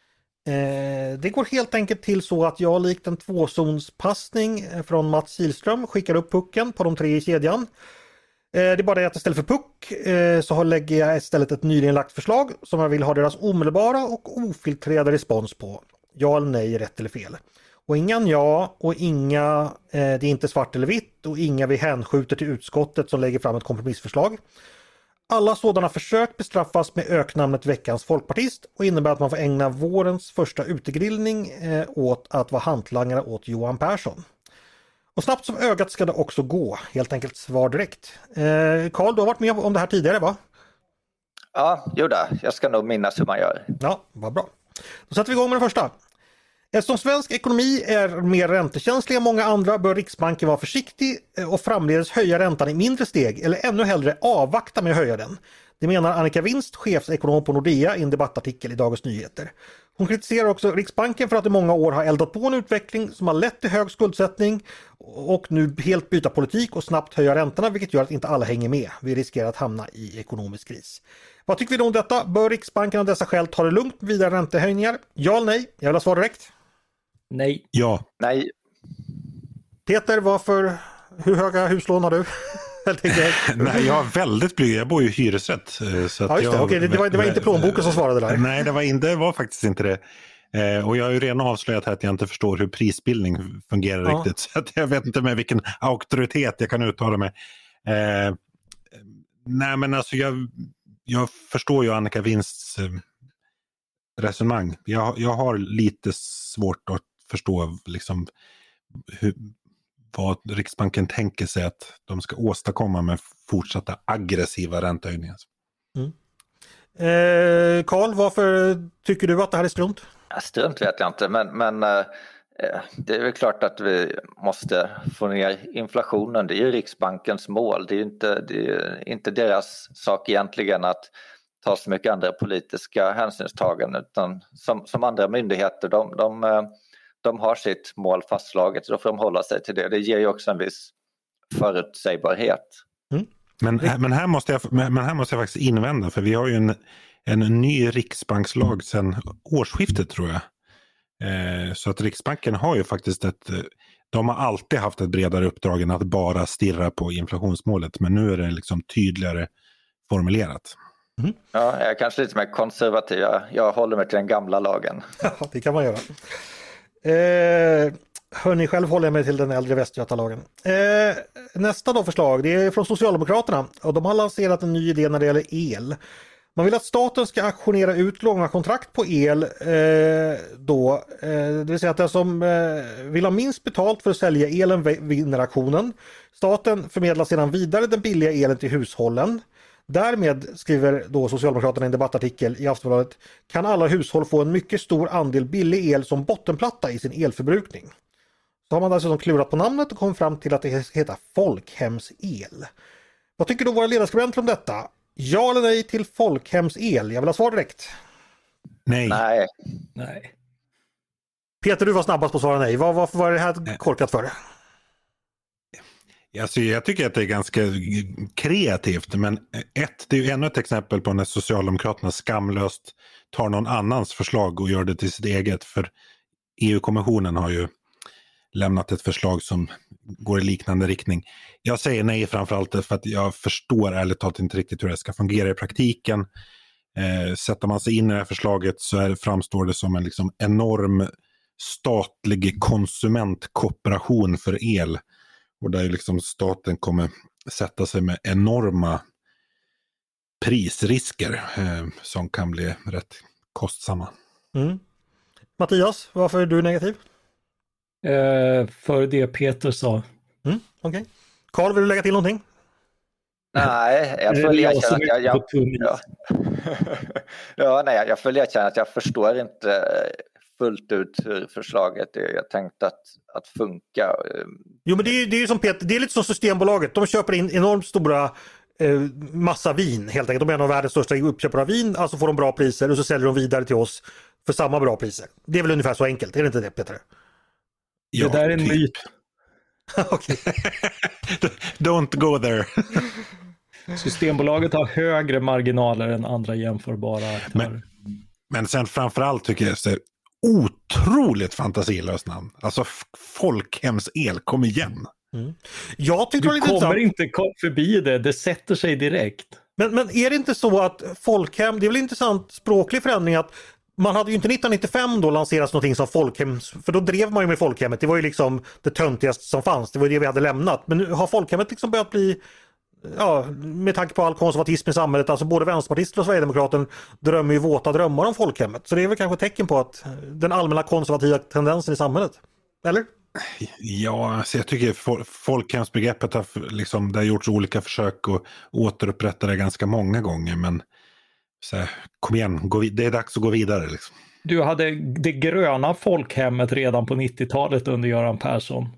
Eh, det går helt enkelt till så att jag likt en tvåzonspassning från Mats Kihlström skickar upp pucken på de tre i kedjan. Eh, det är bara det att istället för puck eh, så lägger jag istället ett nyligen lagt förslag som jag vill ha deras omedelbara och ofiltrerade respons på. Ja eller nej, rätt eller fel. Och inga ja och inga eh, det är inte svart eller vitt och inga vi hänskjuter till utskottet som lägger fram ett kompromissförslag. Alla sådana försök bestraffas med öknamnet Veckans folkpartist och innebär att man får ägna vårens första utegrillning eh, åt att vara hantlangare åt Johan Persson. Och snabbt som ögat ska det också gå, helt enkelt svar direkt. Eh, Carl, du har varit med om det här tidigare, va? Ja, jo då. Jag ska nog minnas hur man gör. Ja, vad bra. Då sätter vi igång med den första. Eftersom svensk ekonomi är mer räntekänslig än många andra bör Riksbanken vara försiktig och framledes höja räntan i mindre steg eller ännu hellre avvakta med att höja den. Det menar Annika Winst, chefsekonom på Nordea, i en debattartikel i Dagens Nyheter. Hon kritiserar också Riksbanken för att i många år har eldat på en utveckling som har lett till hög skuldsättning och nu helt byta politik och snabbt höja räntorna, vilket gör att inte alla hänger med. Vi riskerar att hamna i ekonomisk kris. Vad tycker vi då om detta? Bör Riksbanken av dessa skäl ta det lugnt med vidare räntehöjningar? Ja eller nej? Jag vill ha svar direkt. Nej. Ja. Nej. Peter, varför, hur höga huslån har du? Nej, jag är väldigt blyg. Jag bor ju i hyresrätt. Så att ja, just det. Jag, Okej, det, det, var, det var inte plånboken som svarade där. Nej, det var, in, det var faktiskt inte det. Eh, och jag har ju redan avslöjat här att jag inte förstår hur prisbildning fungerar ja. riktigt. Så att jag vet inte med vilken auktoritet jag kan uttala mig. Eh, nej men alltså jag, jag förstår ju Annika Winsts eh, resonemang. Jag, jag har lite svårt att förstå liksom hur, vad Riksbanken tänker sig att de ska åstadkomma med fortsatta aggressiva räntehöjningar. Mm. Eh, Carl, varför tycker du att det här är strunt? Ja, strunt vet jag inte, men, men eh, det är väl klart att vi måste få ner inflationen. Det är ju Riksbankens mål. Det är ju inte, det är inte deras sak egentligen att ta så mycket andra politiska hänsynstaganden, utan som, som andra myndigheter, de, de, de har sitt mål fastslaget, så då får de hålla sig till det. Det ger ju också en viss förutsägbarhet. Mm. Men, men, här måste jag, men här måste jag faktiskt invända, för vi har ju en, en ny riksbankslag sedan årsskiftet tror jag. Eh, så att Riksbanken har ju faktiskt ett, de har alltid haft ett bredare uppdrag än att bara stirra på inflationsmålet, men nu är det liksom tydligare formulerat. Mm. Ja, jag är kanske lite mer konservativ. Jag, jag håller mig till den gamla lagen. Ja, det kan man göra. Eh, hörni, själv håller jag mig till den äldre Västgötalagen. Eh, nästa då förslag, det är från Socialdemokraterna och de har lanserat en ny idé när det gäller el. Man vill att staten ska auktionera ut långa kontrakt på el eh, då, eh, det vill säga att den som eh, vill ha minst betalt för att sälja elen vinner auktionen. Staten förmedlar sedan vidare den billiga elen till hushållen. Därmed, skriver då Socialdemokraterna i en debattartikel i Aftonbladet, kan alla hushåll få en mycket stor andel billig el som bottenplatta i sin elförbrukning. Så har man alltså klurat på namnet och kommit fram till att det heter folkhemsel. Vad tycker då våra ledarskribenter om detta? Ja eller nej till folkhemsel? Jag vill ha svar direkt. Nej. Nej. Nej. Peter, du var snabbast på att svara nej. Var, varför var det här korkat för? Alltså, jag tycker att det är ganska kreativt, men ett, det är ju ännu ett exempel på när Socialdemokraterna skamlöst tar någon annans förslag och gör det till sitt eget, för E U-kommissionen har ju lämnat ett förslag som går i liknande riktning. Jag säger nej framförallt för att jag förstår ärligt talat inte riktigt hur det ska fungera i praktiken. Eh, sätter man sig in i det här förslaget så är, framstår det som en liksom enorm statlig konsumentkooperation för el. Och där liksom staten kommer sätta sig med enorma prisrisker eh, som kan bli rätt kostsamma. Mm. Mattias, varför är du negativ? Eh, för det Peter sa. Mm, okej. Okay. Carl, vill du lägga till någonting? Nej, jag får erkänna att jag... jag ja. ja, nej, jag får erkänna att jag förstår inte fullt ut hur förslaget är jag tänkt att, att funka. Jo, men det är, det är ju som Peter, det är lite som Systembolaget. De köper in enormt stora eh, massa vin helt enkelt. De är en av världens största uppköpare av vin, alltså får de bra priser och så säljer de vidare till oss för samma bra priser. Det är väl ungefär så enkelt, är det inte det, Peter? Ja, det där är en typ. myt. Okej. Don't go there. Systembolaget har högre marginaler än andra jämförbara aktörer. Men, men sen framförallt tycker jag det otroligt fantasilöst namn. Alltså folkhemsel, kom igen. Mm. Jag tyckte du det var kommer intressant. inte förbi det, det sätter sig direkt. Men, men är det inte så att folkhem, det är väl intressant språklig förändring att man hade ju inte nittonhundranittiofem då lanserats någonting som folkhem, för då drev man ju med folkhemmet. Det var ju liksom det töntigaste som fanns. Det var ju det vi hade lämnat. Men nu har folkhemmet liksom börjat bli, ja, med tanke på all konservatism i samhället, alltså både vänsterpartister och Sverigedemokraten drömmer ju våta drömmar om folkhemmet. Så det är väl kanske ett tecken på att den allmänna konservativa tendensen i samhället. Eller? Ja, alltså jag tycker folkhemsbegreppet har liksom, det har gjorts olika försök att återupprätta det ganska många gånger, men så här, kom igen, gå vid- det är dags att gå vidare liksom. Du hade det gröna folkhemmet redan på nittiotalet under Göran Persson.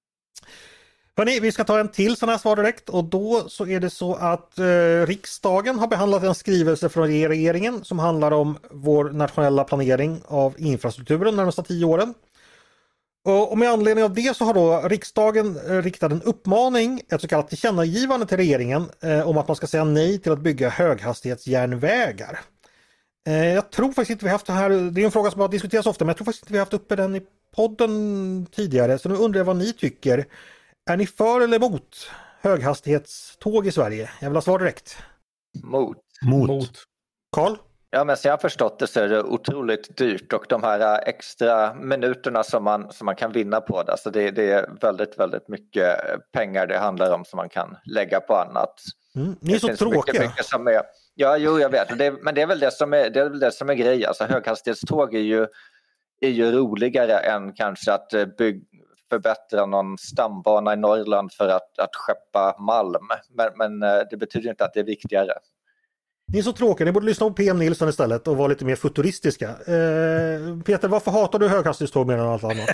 Hörrni, vi ska ta en till sån här svar direkt och då så är det så att eh, riksdagen har behandlat en skrivelse från regeringen som handlar om vår nationella planering av infrastrukturen de närmaste tio åren. Och med anledning av det så har då riksdagen riktat en uppmaning, ett så kallat tillkännagivande till regeringen eh, om att man ska säga nej till att bygga höghastighetsjärnvägar. Eh, jag tror faktiskt inte vi haft det här, det är en fråga som har diskuterats ofta, men jag tror faktiskt inte vi haft uppe den i podden tidigare, så nu undrar jag vad ni tycker. Är ni för eller emot höghastighetståg i Sverige? Jag vill ha svar direkt. Mot. Mot. Mot. Carl? Ja, men som jag har förstått det så är det otroligt dyrt och de här extra minuterna som man, som man kan vinna på det, alltså det, det är väldigt, väldigt mycket pengar det handlar om som man kan lägga på annat. Mm, ni är så tråkiga. Mycket, mycket som är, ja, jo, jag vet, det, men det är väl det som är, det är väl det som är grejen. Alltså, höghastighetståg är ju, är ju roligare än kanske att bygga förbättra någon stambana i Norrland för att, att skeppa malm. Men, men det betyder inte att det är viktigare. Ni är så tråkiga, ni borde lyssna på P M Nilsson istället och vara lite mer futuristiska. Eh, Peter, varför hatar du höghastighetståg mer än allt annat?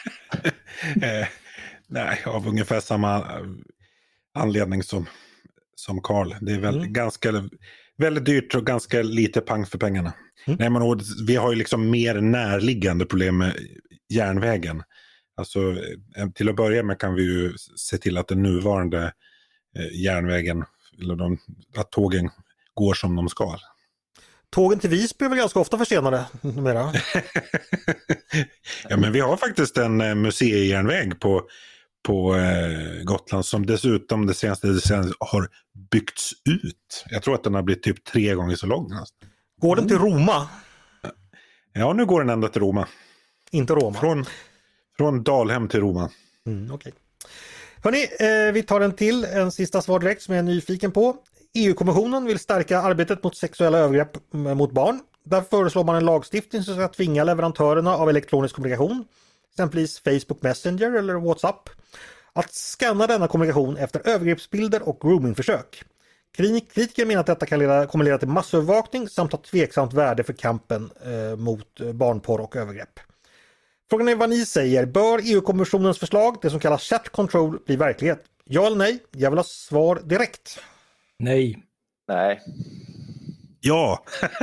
eh, nej, av ungefär samma anledning som, som Carl. Det är väl mm. ganska, väldigt dyrt och ganska lite pang för pengarna. Mm. Nej, men, vi har ju liksom mer närliggande problem med järnvägen. Alltså, till att börja med kan vi ju se till att den nuvarande eh, järnvägen, eller de, att tågen går som de ska. Tågen till Visby är väl ganska ofta försenade numera? Ja, men vi har faktiskt en eh, museijärnväg på, på eh, Gotland som dessutom det senaste decenniet har byggts ut. Jag tror att den har blivit typ tre gånger så lång. Går den till Roma? Ja, nu går den ända till Roma. Inte Roma? Från, från Dalhem till Roma. Mm, okej. Hörrni, eh, vi tar en till, en sista svar direkt som jag är nyfiken på. E U-kommissionen vill stärka arbetet mot sexuella övergrepp mot barn. Där föreslår man en lagstiftning som ska tvinga leverantörerna av elektronisk kommunikation, exempelvis Facebook Messenger eller WhatsApp, att scanna denna kommunikation efter övergreppsbilder och groomingförsök. Kritiker menar att detta kan leda, kommer leda till massövervakning samt ha tveksamt värde för kampen eh, mot barnporr och övergrepp. Frågan är vad ni säger. Bör E U-kommissionens förslag, det som kallas chat control, bli verklighet? Ja eller nej? Jag vill ha svar direkt. Nej. Nej. Ja.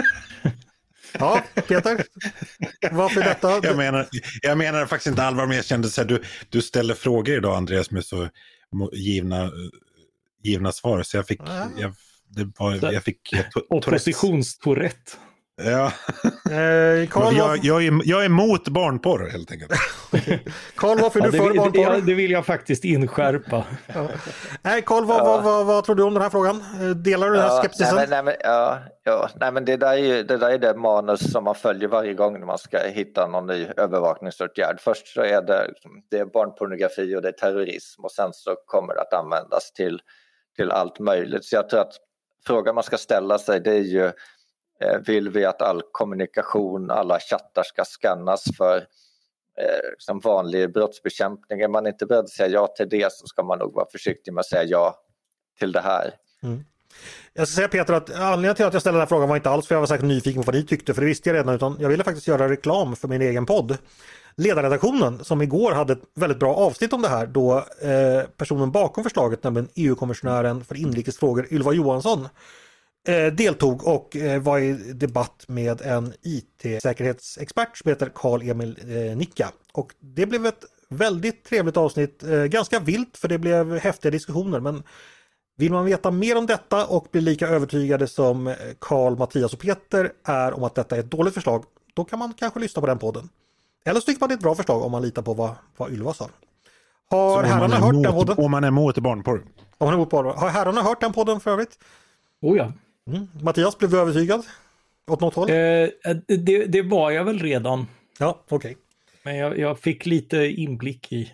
Ja, Peter. Varför detta? Jag menar, jag menar faktiskt inte allvar, men jag kände så här, du, du ställer frågor idag, Andreas, med så givna, givna svar. Så jag fick, ja. jag, det var, jag fick oppositionstourette. Ja. Eh, Carl, jag, jag, är, jag är emot barnporr helt enkelt. Carl, varför är ja, du för vill, barnporr? Det, det vill jag faktiskt inskärpa. Ja. Nej, Carl, vad, ja. vad, vad, vad tror du om den här frågan? Delar du den här ja, skepsisen? Nej, men, nej, men, ja, ja, nej, men det där är ju det, där är det manus som man följer varje gång när man ska hitta någon ny övervakningsåtgärd. Först så är det, det är barnpornografi och det är terrorism och sen så kommer det att användas till, till allt möjligt. Så jag tror att frågan man ska ställa sig, det är ju: vill vi att all kommunikation, alla chattar ska skannas för eh, som vanlig brottsbekämpning? Är man inte beredd att säga ja till det, så ska man nog vara försiktig med att säga ja till det här. Mm. Jag ska säga, Peter, att anledningen till att jag ställde den här frågan var inte alls för att jag var säkert nyfiken på vad ni tyckte, för det visste jag redan, utan jag ville faktiskt göra reklam för min egen podd. Ledarredaktionen, som igår hade ett väldigt bra avsnitt om det här, då eh, personen bakom förslaget, nämligen E U-kommissionären för inrikesfrågor Ylva Johansson, deltog och var i debatt med en I T-säkerhetsexpert som heter Carl-Emil Nicka. Och det blev ett väldigt trevligt avsnitt, ganska vilt för det blev häftiga diskussioner, men vill man veta mer om detta och bli lika övertygade som Carl, Mattias och Peter är om att detta är ett dåligt förslag, då kan man kanske lyssna på den podden. Eller så tycker man det är ett bra förslag om man litar på vad, vad Ylva sa. Har herrarna hört den podden? Om man är emot barnporr. Om man är emot barnporr. Har herrarna hört den podden för övrigt? Oh ja. Mm. Mattias, blev du övertygad? Åt något håll? Eh, det, det var jag väl redan. Ja, okej. Okay. Men jag, jag fick lite inblick i.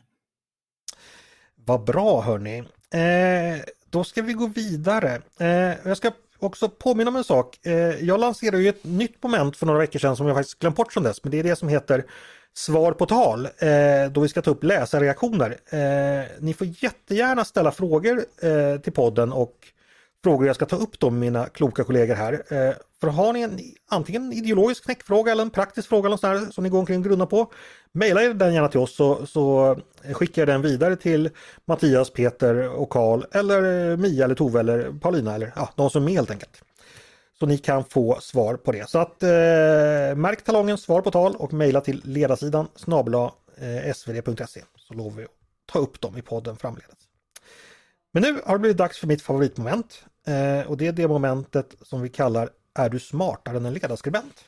Vad bra, hörni. Eh, då ska vi gå vidare. Eh, jag ska också påminna om en sak. Eh, jag lanserade ju ett nytt moment för några veckor sedan som jag faktiskt glömt bort från dess. Men det är det som heter Svar på tal. Eh, då vi ska ta upp läsarreaktioner. Eh, ni får jättegärna ställa frågor eh, till podden och frågor jag ska ta upp då med mina kloka kollegor här. För har ni en, antingen en ideologisk knäckfråga eller en praktisk fråga eller sån här, som ni går omkring och grunnar på, mejla den gärna till oss, så, så skickar jag den vidare till Mattias, Peter och Carl eller Mia eller Tove eller Paulina eller ja, de som är med helt enkelt. Så ni kan få svar på det. Så att eh, märk talongen svar på tal och mejla till ledarsidan snabel-a s v d punkt se, så lovar vi att ta upp dem i podden framledes. Men nu har det blivit dags för mitt favoritmoment. Eh, och det är det momentet som vi kallar Är du smartare än en ledarskribent?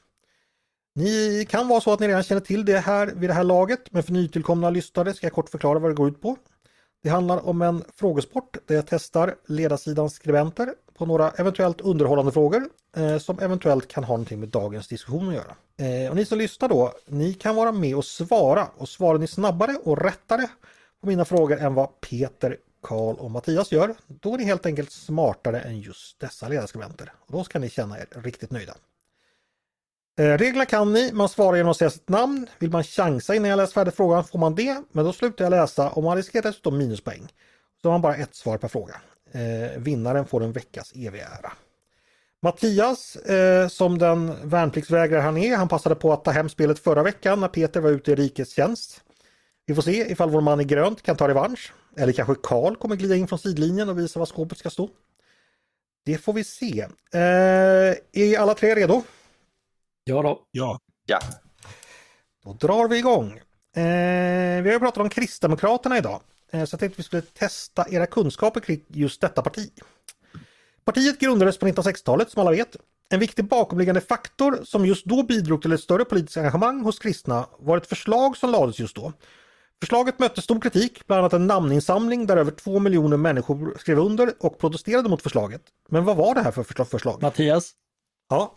Ni kan vara så att ni redan känner till det här vid det här laget, men för nytillkomna lyssnare ska jag kort förklara vad det går ut på. Det handlar om en frågesport där jag testar ledarsidans skribenter på några eventuellt underhållande frågor eh, som eventuellt kan ha någonting med dagens diskussion att göra. Eh, och ni som lyssnar då, ni kan vara med och svara. Och svarar ni snabbare och rättare på mina frågor än vad Peter, Karl och Mattias gör, då är ni helt enkelt smartare än just dessa ledarskribenter. Och då ska ni känna er riktigt nöjda. Eh, reglerna kan ni, man svarar genom att säga sitt namn. Vill man chansa innan jag läser färdigt frågan får man det, men då slutar jag läsa och man riskerar dessutom minuspoäng. Så har man bara ett svar per fråga. Eh, vinnaren får en veckas eviga ära. Mattias, eh, som den värnpliktsvägrare han är, han passade på att ta hem spelet förra veckan när Peter var ute i rikets tjänst. Vi får se ifall vår man i grönt kan ta revansch. Eller kanske Karl kommer glida in från sidlinjen och visa var skåpet ska stå. Det får vi se. Eh, är alla tre redo? Ja då. Ja. Ja. Då drar vi igång. Eh, vi har ju pratat om Kristdemokraterna idag. Eh, så jag tänkte att vi skulle testa era kunskaper kring just detta parti. Partiet grundades på nittonhundrasextiotalet som alla vet. En viktig bakomliggande faktor som just då bidrog till ett större politiskt engagemang hos kristna var ett förslag som lades just då. Förslaget mötte stor kritik, bland annat en namninsamling där över två miljoner människor skrev under och protesterade mot förslaget. Men vad var det här för förslag? Mattias? Ja.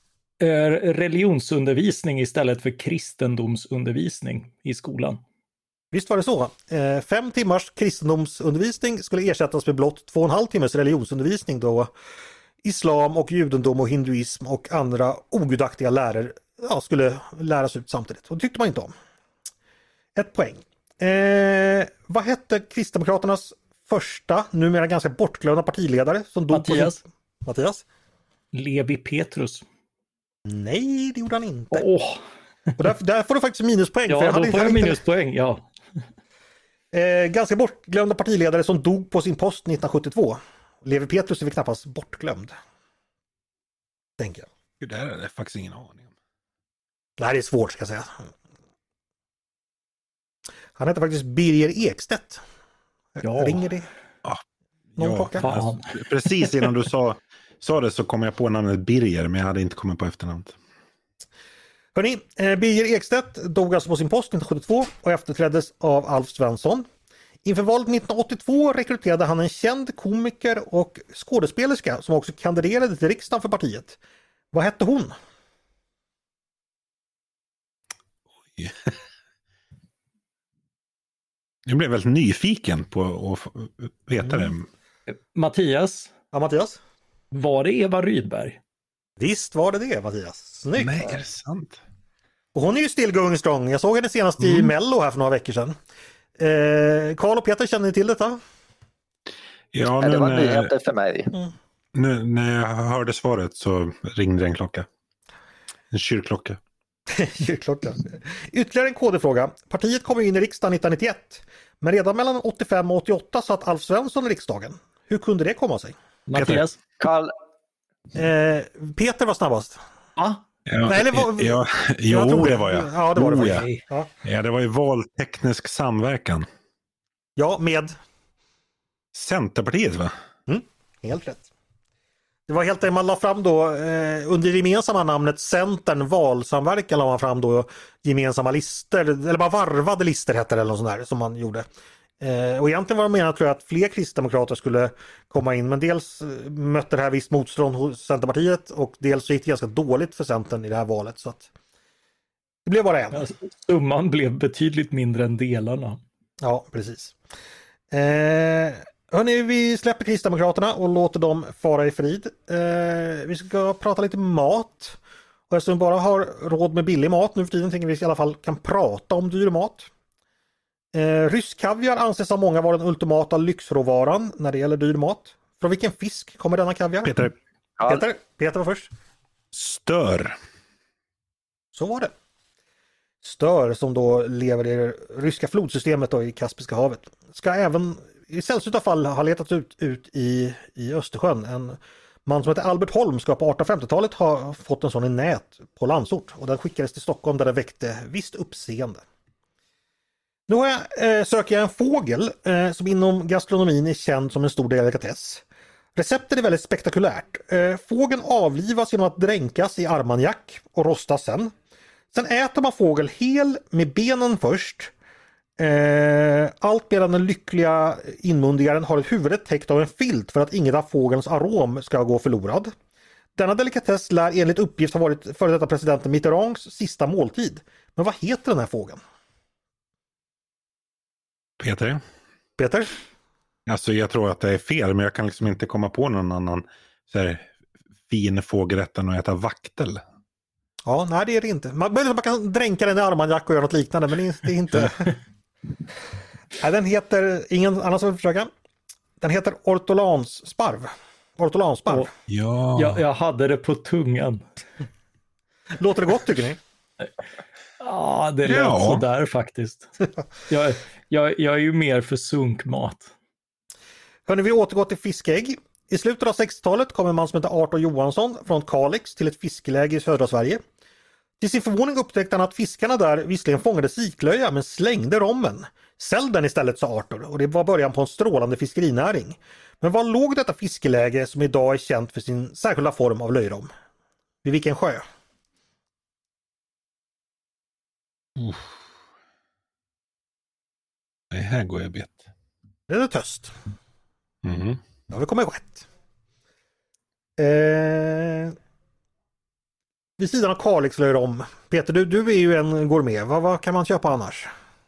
Religionsundervisning istället för kristendomsundervisning i skolan. Visst var det så. Eh, fem timmars kristendomsundervisning skulle ersättas med blott två och en halv timmes religionsundervisning då islam och judendom och hinduism och andra ogudaktiga lärare ja, skulle läras ut samtidigt. Och det tyckte man inte om. Ett poäng. Eh, vad hette Kristdemokraternas första, numera ganska bortglömda partiledare som dog Mattias? på sin... Mattias? Levi Petrus. Nej, det gjorde han inte. Åh! Och där, där får du faktiskt minuspoäng. Ja, för jag då hade, får jag hade minuspoäng, inte... ja. Eh, ganska bortglömda partiledare som dog på sin post nittonhundrasjuttiotvå. Levi Petrus är väl knappast bortglömd. Tänker jag. Gud, det här är faktiskt ingen aning om. Det här är svårt ska jag säga. Han heter faktiskt Birger Ekstedt. Ja. Ringer det? Ja, Någon ja, klocka? alltså, precis innan du sa, sa det så kom jag på namnet Birger, men jag hade inte kommit på efternamnet. Hörrni, eh, Birger Ekstedt dog alltså på sin post nittonhundrasjuttiotvå och efterträddes av Alf Svensson. Inför valet nittonhundraåttiotvå rekryterade han en känd komiker och skådespelerska som också kandiderade till riksdagen för partiet. Vad hette hon? Oj. Jag blev väldigt nyfiken på att veta Mm. det. Mattias? Ja, Mattias? Var det Eva Rydberg? Visst var det det, Mattias. Snyggt! Nej, är det sant? Och hon är ju still going strong. Jag såg henne senast i Mm. Mello här för några veckor sedan. Eh, Karl och Peter, känner ni till detta? Ja, Nej, nu det var när, nyheter för mig. nu när jag hörde svaret så ringde en klocka. En kyrkklocka. Kyrkklockan. Ytterligare en kodefråga. Partiet kom in i riksdagen nittonhundranittioett. Men redan mellan åttiofem och åttioåtta satt Alf Svensson i riksdagen. Hur kunde det komma sig? Mattias? Karl, Eh, Peter var snabbast. Ja. Ja, Nej, eller var- ja, Jag jo, tror det var jag. Ja, det var det Jo, faktiskt. ja. Ja. Ja, det var ju valteknisk samverkan. ja, med. Centerpartiet, va? Helt rätt. Det var helt enkelt man la fram då eh, under det gemensamma namnet Centern valsamverkan la man fram då gemensamma lister, eller bara varvade lister hette det eller något sånt där som man gjorde. Eh, och egentligen var det menat tror jag att fler kristdemokrater skulle komma in, men dels eh, mötte det här visst motstånd hos Centerpartiet och dels så gick det ganska dåligt för Centern i det här valet så att det blev bara en. Alltså, summan blev betydligt mindre än delarna. Ja, precis. Eh, hörni, vi släpper Kristdemokraterna och låter dem fara i frid. Eh, vi ska prata lite mat. Och eftersom vi bara har råd med billig mat nu för tiden tänker vi i alla fall kan prata om dyr mat. Eh, rysk kaviar anses av många vara den ultimata lyxråvaran när det gäller dyr mat. Från vilken fisk kommer denna kaviar? Peter, Karl, Peter, Peter var först. stör. Så var det. Stör som då lever i det ryska flodsystemet då i Kaspiska havet. Ska även i sällsynta fall ha letats ut, ut i, i Östersjön. En man som heter Albert Holm ska på artonhundrafemtiotalet ha fått en sån i nät på Landsort. Och den skickades till Stockholm där det väckte visst uppseende. Nu har jag, eh, söker jag en fågel eh, som inom gastronomin är känd som en stor delikatess. Receptet är väldigt spektakulärt. Eh, fågeln avlivas genom att dränkas i armagnac och rostas sen. Sen äter man fågel hel med benen först. Eh, allt medan den lyckliga inmundigaren har ett huvudet täckt av en filt för att inget av fågelns arom ska gå förlorad. Denna delikatess lär enligt uppgift ha varit före detta presidenten Mitterrands sista måltid. Men vad heter den här fågeln? Peter? Peter? Alltså jag tror att det är fel, men jag kan liksom inte komma på någon annan så här, fin fågelrätt än att äta vaktel. Ja, nej det är det inte. Man, man kan dränka den i armbanjack och göra något liknande, men det är inte... nej, den heter, ingen annan som vill försöka. Den heter ortolanssparv. Ortolansparv. Oh, ja. jag, jag hade det på tungan. Låter det gott tycker ni? Ja, det lät ja. så där faktiskt. Jag, jag, jag är ju mer för sunkmat. Hörrni, vi återgår till fiskägg. I slutet av sextiotalet kom en man som heter Arthur Johansson från Kalix till ett fiskeläge i södra Sverige. Till sin förvåning upptäckte han att fiskarna där visserligen fångade siklöja men slängde rommen. Sälj den istället, sa Arthur, och det var början på en strålande fiskerinäring. Men var låg detta fiskeläge som idag är känt för sin särskilda form av löjrom? Vid vilken sjö? Uh. Det här går jag bet. Det är töst. Mm. Ja, det kommer rätt. Eh... Vid sidan av Kalix löjrom. Peter, du, du är ju en gourmet. Vad, vad kan man köpa annars?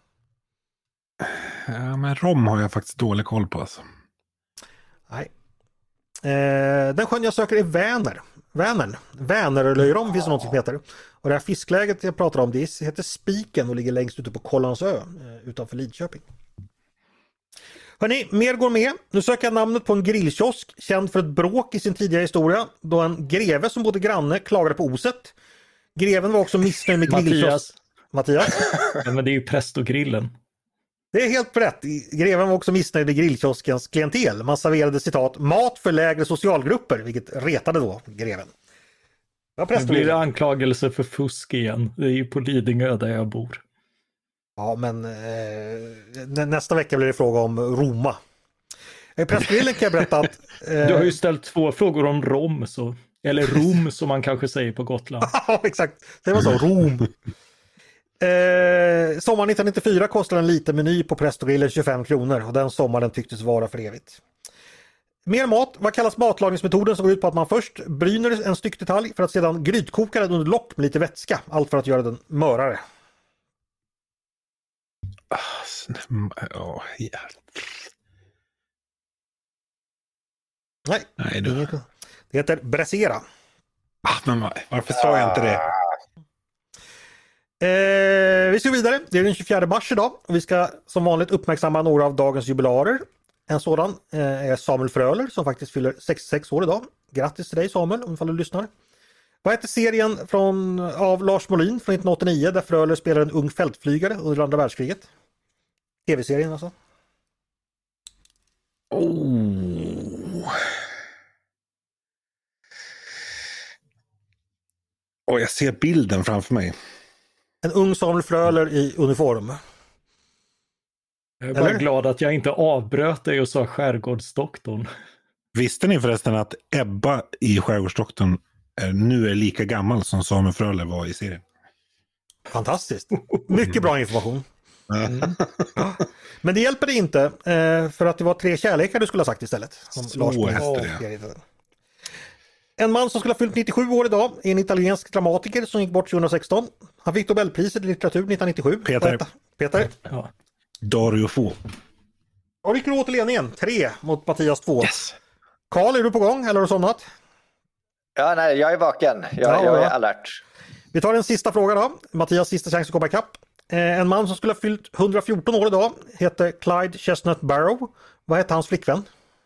Ja, men rom har jag faktiskt dålig koll på alltså. Nej. Eh, den sjön jag söker är Vänern. Vänern. Vänerlöjrom finns det något som heter. Och det här fiskläget jag pratar om, det heter Spiken och ligger längst ute på Kållandsö utanför Lidköping. Hörrni, mer går med. Nu söker jag namnet på en grillkiosk känd för ett bråk i sin tidiga historia då en greve som bodde granne klagade på oset. Greven var också missnöjd med grillkiosk. Mattias? Ja, men det är ju Prestogrillen. Det är helt rätt. Greven var också missnöjd med grillkioskens klientel. Man serverade citat mat för lägre socialgrupper, vilket retade då greven. Det blir det anklagelse för fusk igen. Det är ju på Lidingö där jag bor. Ja, men eh, nästa vecka blir det fråga om Roma. Eh, Pressgrillen kan jag berätta att... Eh... Du har ju ställt två frågor om Rom, så... eller Rom som man kanske säger på Gotland. Ja, exakt. Det var så, Rom. Eh, sommaren nittonhundranittiofyra kostade en liten meny på Prestogrillen tjugofem kronor och den sommaren tycktes vara för evigt. Mer mat. Vad kallas matlagningsmetoden som går ut på att man först bryner en styckdetalj för att sedan grytkoka den under lock med lite vätska. Allt för att göra den mörare. Oh, yeah. Nej, Nej du. Det heter bräsera. Ah, men varför sa jag inte det? Eh, vi ska vidare. Det är den tjugofjärde mars idag. Vi ska som vanligt uppmärksamma några av dagens jubilarer. En sådan eh, är Samuel Fröler som faktiskt fyller sextiosex år idag. Grattis till dig Samuel, om du lyssnar. Vad heter serien från, av Lars Molin från nittonhundraåttionio där Fröler spelar en ung fältflygare under andra världskriget? Tv-serien alltså. Oh. Och jag ser bilden framför mig. En ung Samuel Fröler i uniform. Jag är bara Eller? glad att jag inte avbröt dig och sa Skärgårdsdoktorn. Visste ni förresten att Ebba i Skärgårdsdoktorn är, nu är lika gammal som Samuel Fröler var i serien? Fantastiskt. Mycket bra information. Mm. Men det hjälper det inte för att det var tre kärlekar du skulle ha sagt istället. Som Så Lars det. En man som skulle ha fyllt nittiosju år idag är en italiensk dramatiker som gick bort tjugohundrasexton. Han fick Nobelpriset i litteratur nittonhundranittiosju. Peter. Peter. Ja. Dario Fo. Och vi går till ledningen. Tre mot Mattias två. Yes. Karl, är du på gång eller har du somnat? Ja, nej, jag är vaken. Jag, ja, jag är ja. alert. Vi tar en sista fråga då. Mattias sista chans att komma ikapp. En man som skulle ha fyllt hundrafjorton år idag heter Clyde Chestnut Barrow. Vad heter hans flickvän?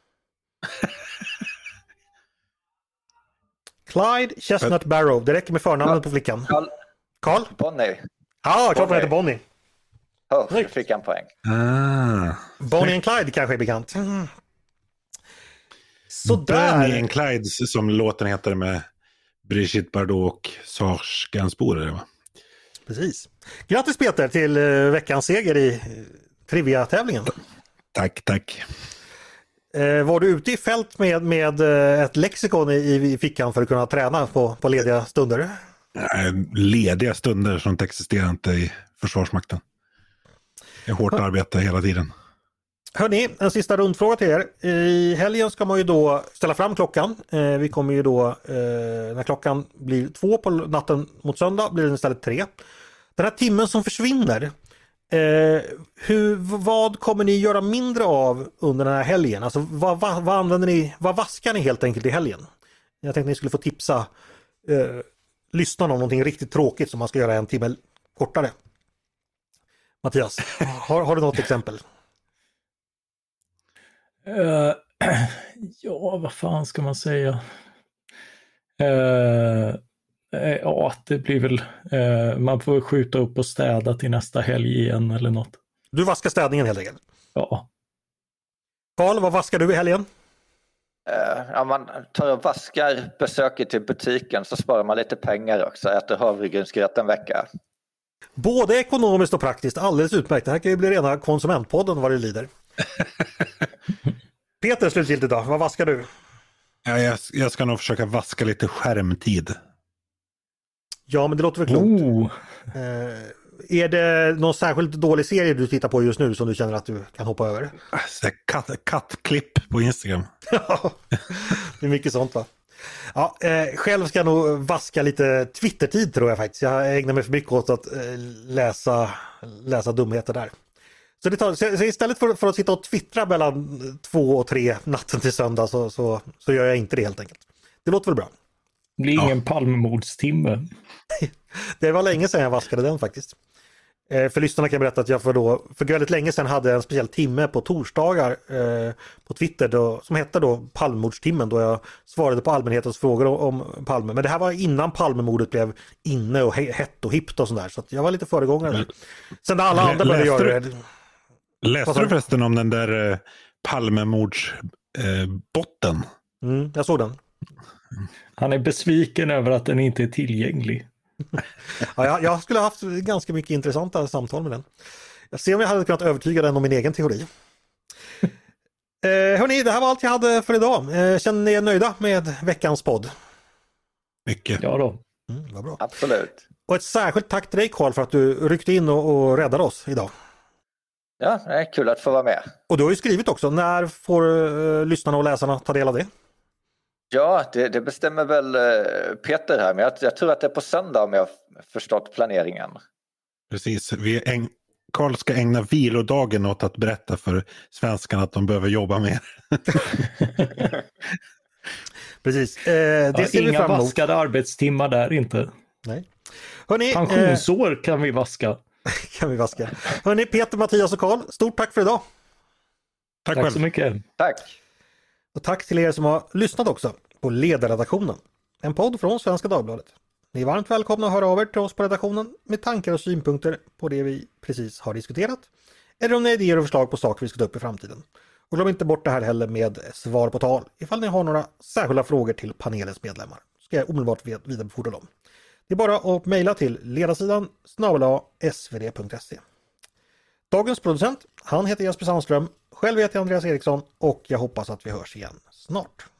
Clyde Chestnut Barrow. Det räcker med förnamnet ja. på flickan. Carl. Carl? Bonnie. Ja, klart hon heter Bonnie. Oh, nu fick han poäng. Ah. Bonnie and Clyde kanske är bekant. Mm. Sådär. Bonnie and Clyde som låten heter med Brigitte Bardot och Serge Gainsbourg, va? Precis. Grattis Peter till uh, veckans seger i uh, trivia-tävlingen. Tack, tack. Uh, var du ute i fält med, med uh, ett lexikon i, i fickan för att kunna träna på, på lediga stunder? Uh, lediga stunder som inte existerar inte i Försvarsmakten. är hårt arbete hela tiden. Hörrni, en sista rundfråga till er. I helgen ska man ju då ställa fram klockan. Eh, vi kommer ju då, eh, när klockan blir två på natten mot söndag, blir den istället tre. Den här timmen som försvinner, eh, hur, vad kommer ni göra mindre av under den här helgen? Alltså vad, vad, vad använder ni, vad vaskar ni helt enkelt i helgen? Jag tänkte att ni skulle få tipsa eh, lyssnarna om någonting riktigt tråkigt som man ska göra en timme kortare. Mattias, har, har du något exempel? Uh, ja, vad fan ska man säga? Uh, ja, det blir väl... Uh, man får skjuta upp och städa till nästa helg igen eller något. Du vaskar städningen helt enkelt? Ja. Karl, vad vaskar du i helgen? Uh, ja, man tar och vaskar besöket till butiken så sparar man lite pengar också. Äter havregrynsgröt en vecka. Både ekonomiskt och praktiskt, alldeles utmärkt. Det här kan ju bli rena konsumentpodden vad det lider. Peter, slutgiltigt då, vad vaskar du? Ja, jag, jag ska nog försöka vaska lite skärmtid. Ja, men det låter väl klokt. Oh. Eh, är det någon särskilt dålig serie du tittar på just nu som du känner att du kan hoppa över? Katt, kattklipp på Instagram. Ja, det är mycket sånt va? Ja, eh, själv ska jag nog vaska lite Twitter-tid tror jag faktiskt. Jag ägnar mig för mycket åt att eh, läsa, läsa dumheter där. Så, det tar, så istället för, för att sitta och twittra mellan två och tre natten till söndag så, så, så gör jag inte det helt enkelt. Det låter väl bra? Det blir ingen ja. Palmemordstimme. Det var länge sedan jag vaskade den faktiskt. Eh, för lyssnarna kan jag berätta att jag för, då, för väldigt länge sedan hade en speciell timme på torsdagar eh, på Twitter då, som hette då Palmemordstimmen då jag svarade på allmänhetens frågor om, om Palme. Men det här var innan Palmemordet blev inne och he, hett och hippt och sådär. Så att jag var lite föregångare där. Sen när alla andra började göra det. Läste du förresten om den där eh, Palmemordsbotten? Eh, mm, jag såg den. Han är besviken över att den inte är tillgänglig. Ja, jag, jag skulle ha haft ganska mycket intressanta samtal med den. Jag ser om jag hade kunnat övertyga den om min egen teori. eh, hörni, det här var allt jag hade för idag. Eh, känner ni er nöjda med veckans podd? Mycket. Ja då. Mm, vad bra. Absolut. Och ett särskilt tack till dig Carl för att du ryckte in och, och räddade oss idag. Ja, det är kul att få vara med. Och du har ju skrivit också. När får uh, lyssnarna och läsarna ta del av det? Ja, det, det bestämmer väl uh, Peter här. Men jag, jag tror att det är på söndag om jag har förstått planeringen. Precis. Vi äng- Carl ska ägna vilodagen åt att berätta för svenskarna att de behöver jobba mer. Precis. Eh, det ja, ser vi inga fram emot. vaskade arbetstimmar där inte. Nej. Hörrni, pensionsår eh, kan vi vaska. kan vi vaska. Hörrni, Peter, Mattias och Carl, stort tack för idag. Tack, tack själv. så mycket. Tack. Och tack till er som har lyssnat också på Ledarredaktionen. En podd från Svenska Dagbladet. Ni är varmt välkomna att höra av er till oss på redaktionen med tankar och synpunkter på det vi precis har diskuterat. Eller om ni har idéer och förslag på saker vi ska ta upp i framtiden. Och glöm inte bort det här heller med svar på tal. Ifall ni har några särskilda frågor till panelens medlemmar ska jag omedelbart vidarebefordra dem. Det är bara att mejla till ledarsidan snabel-a s v d punkt se. Dagens producent, han heter Jesper Sandström. Själv heter jag Andreas Eriksson och jag hoppas att vi hörs igen snart.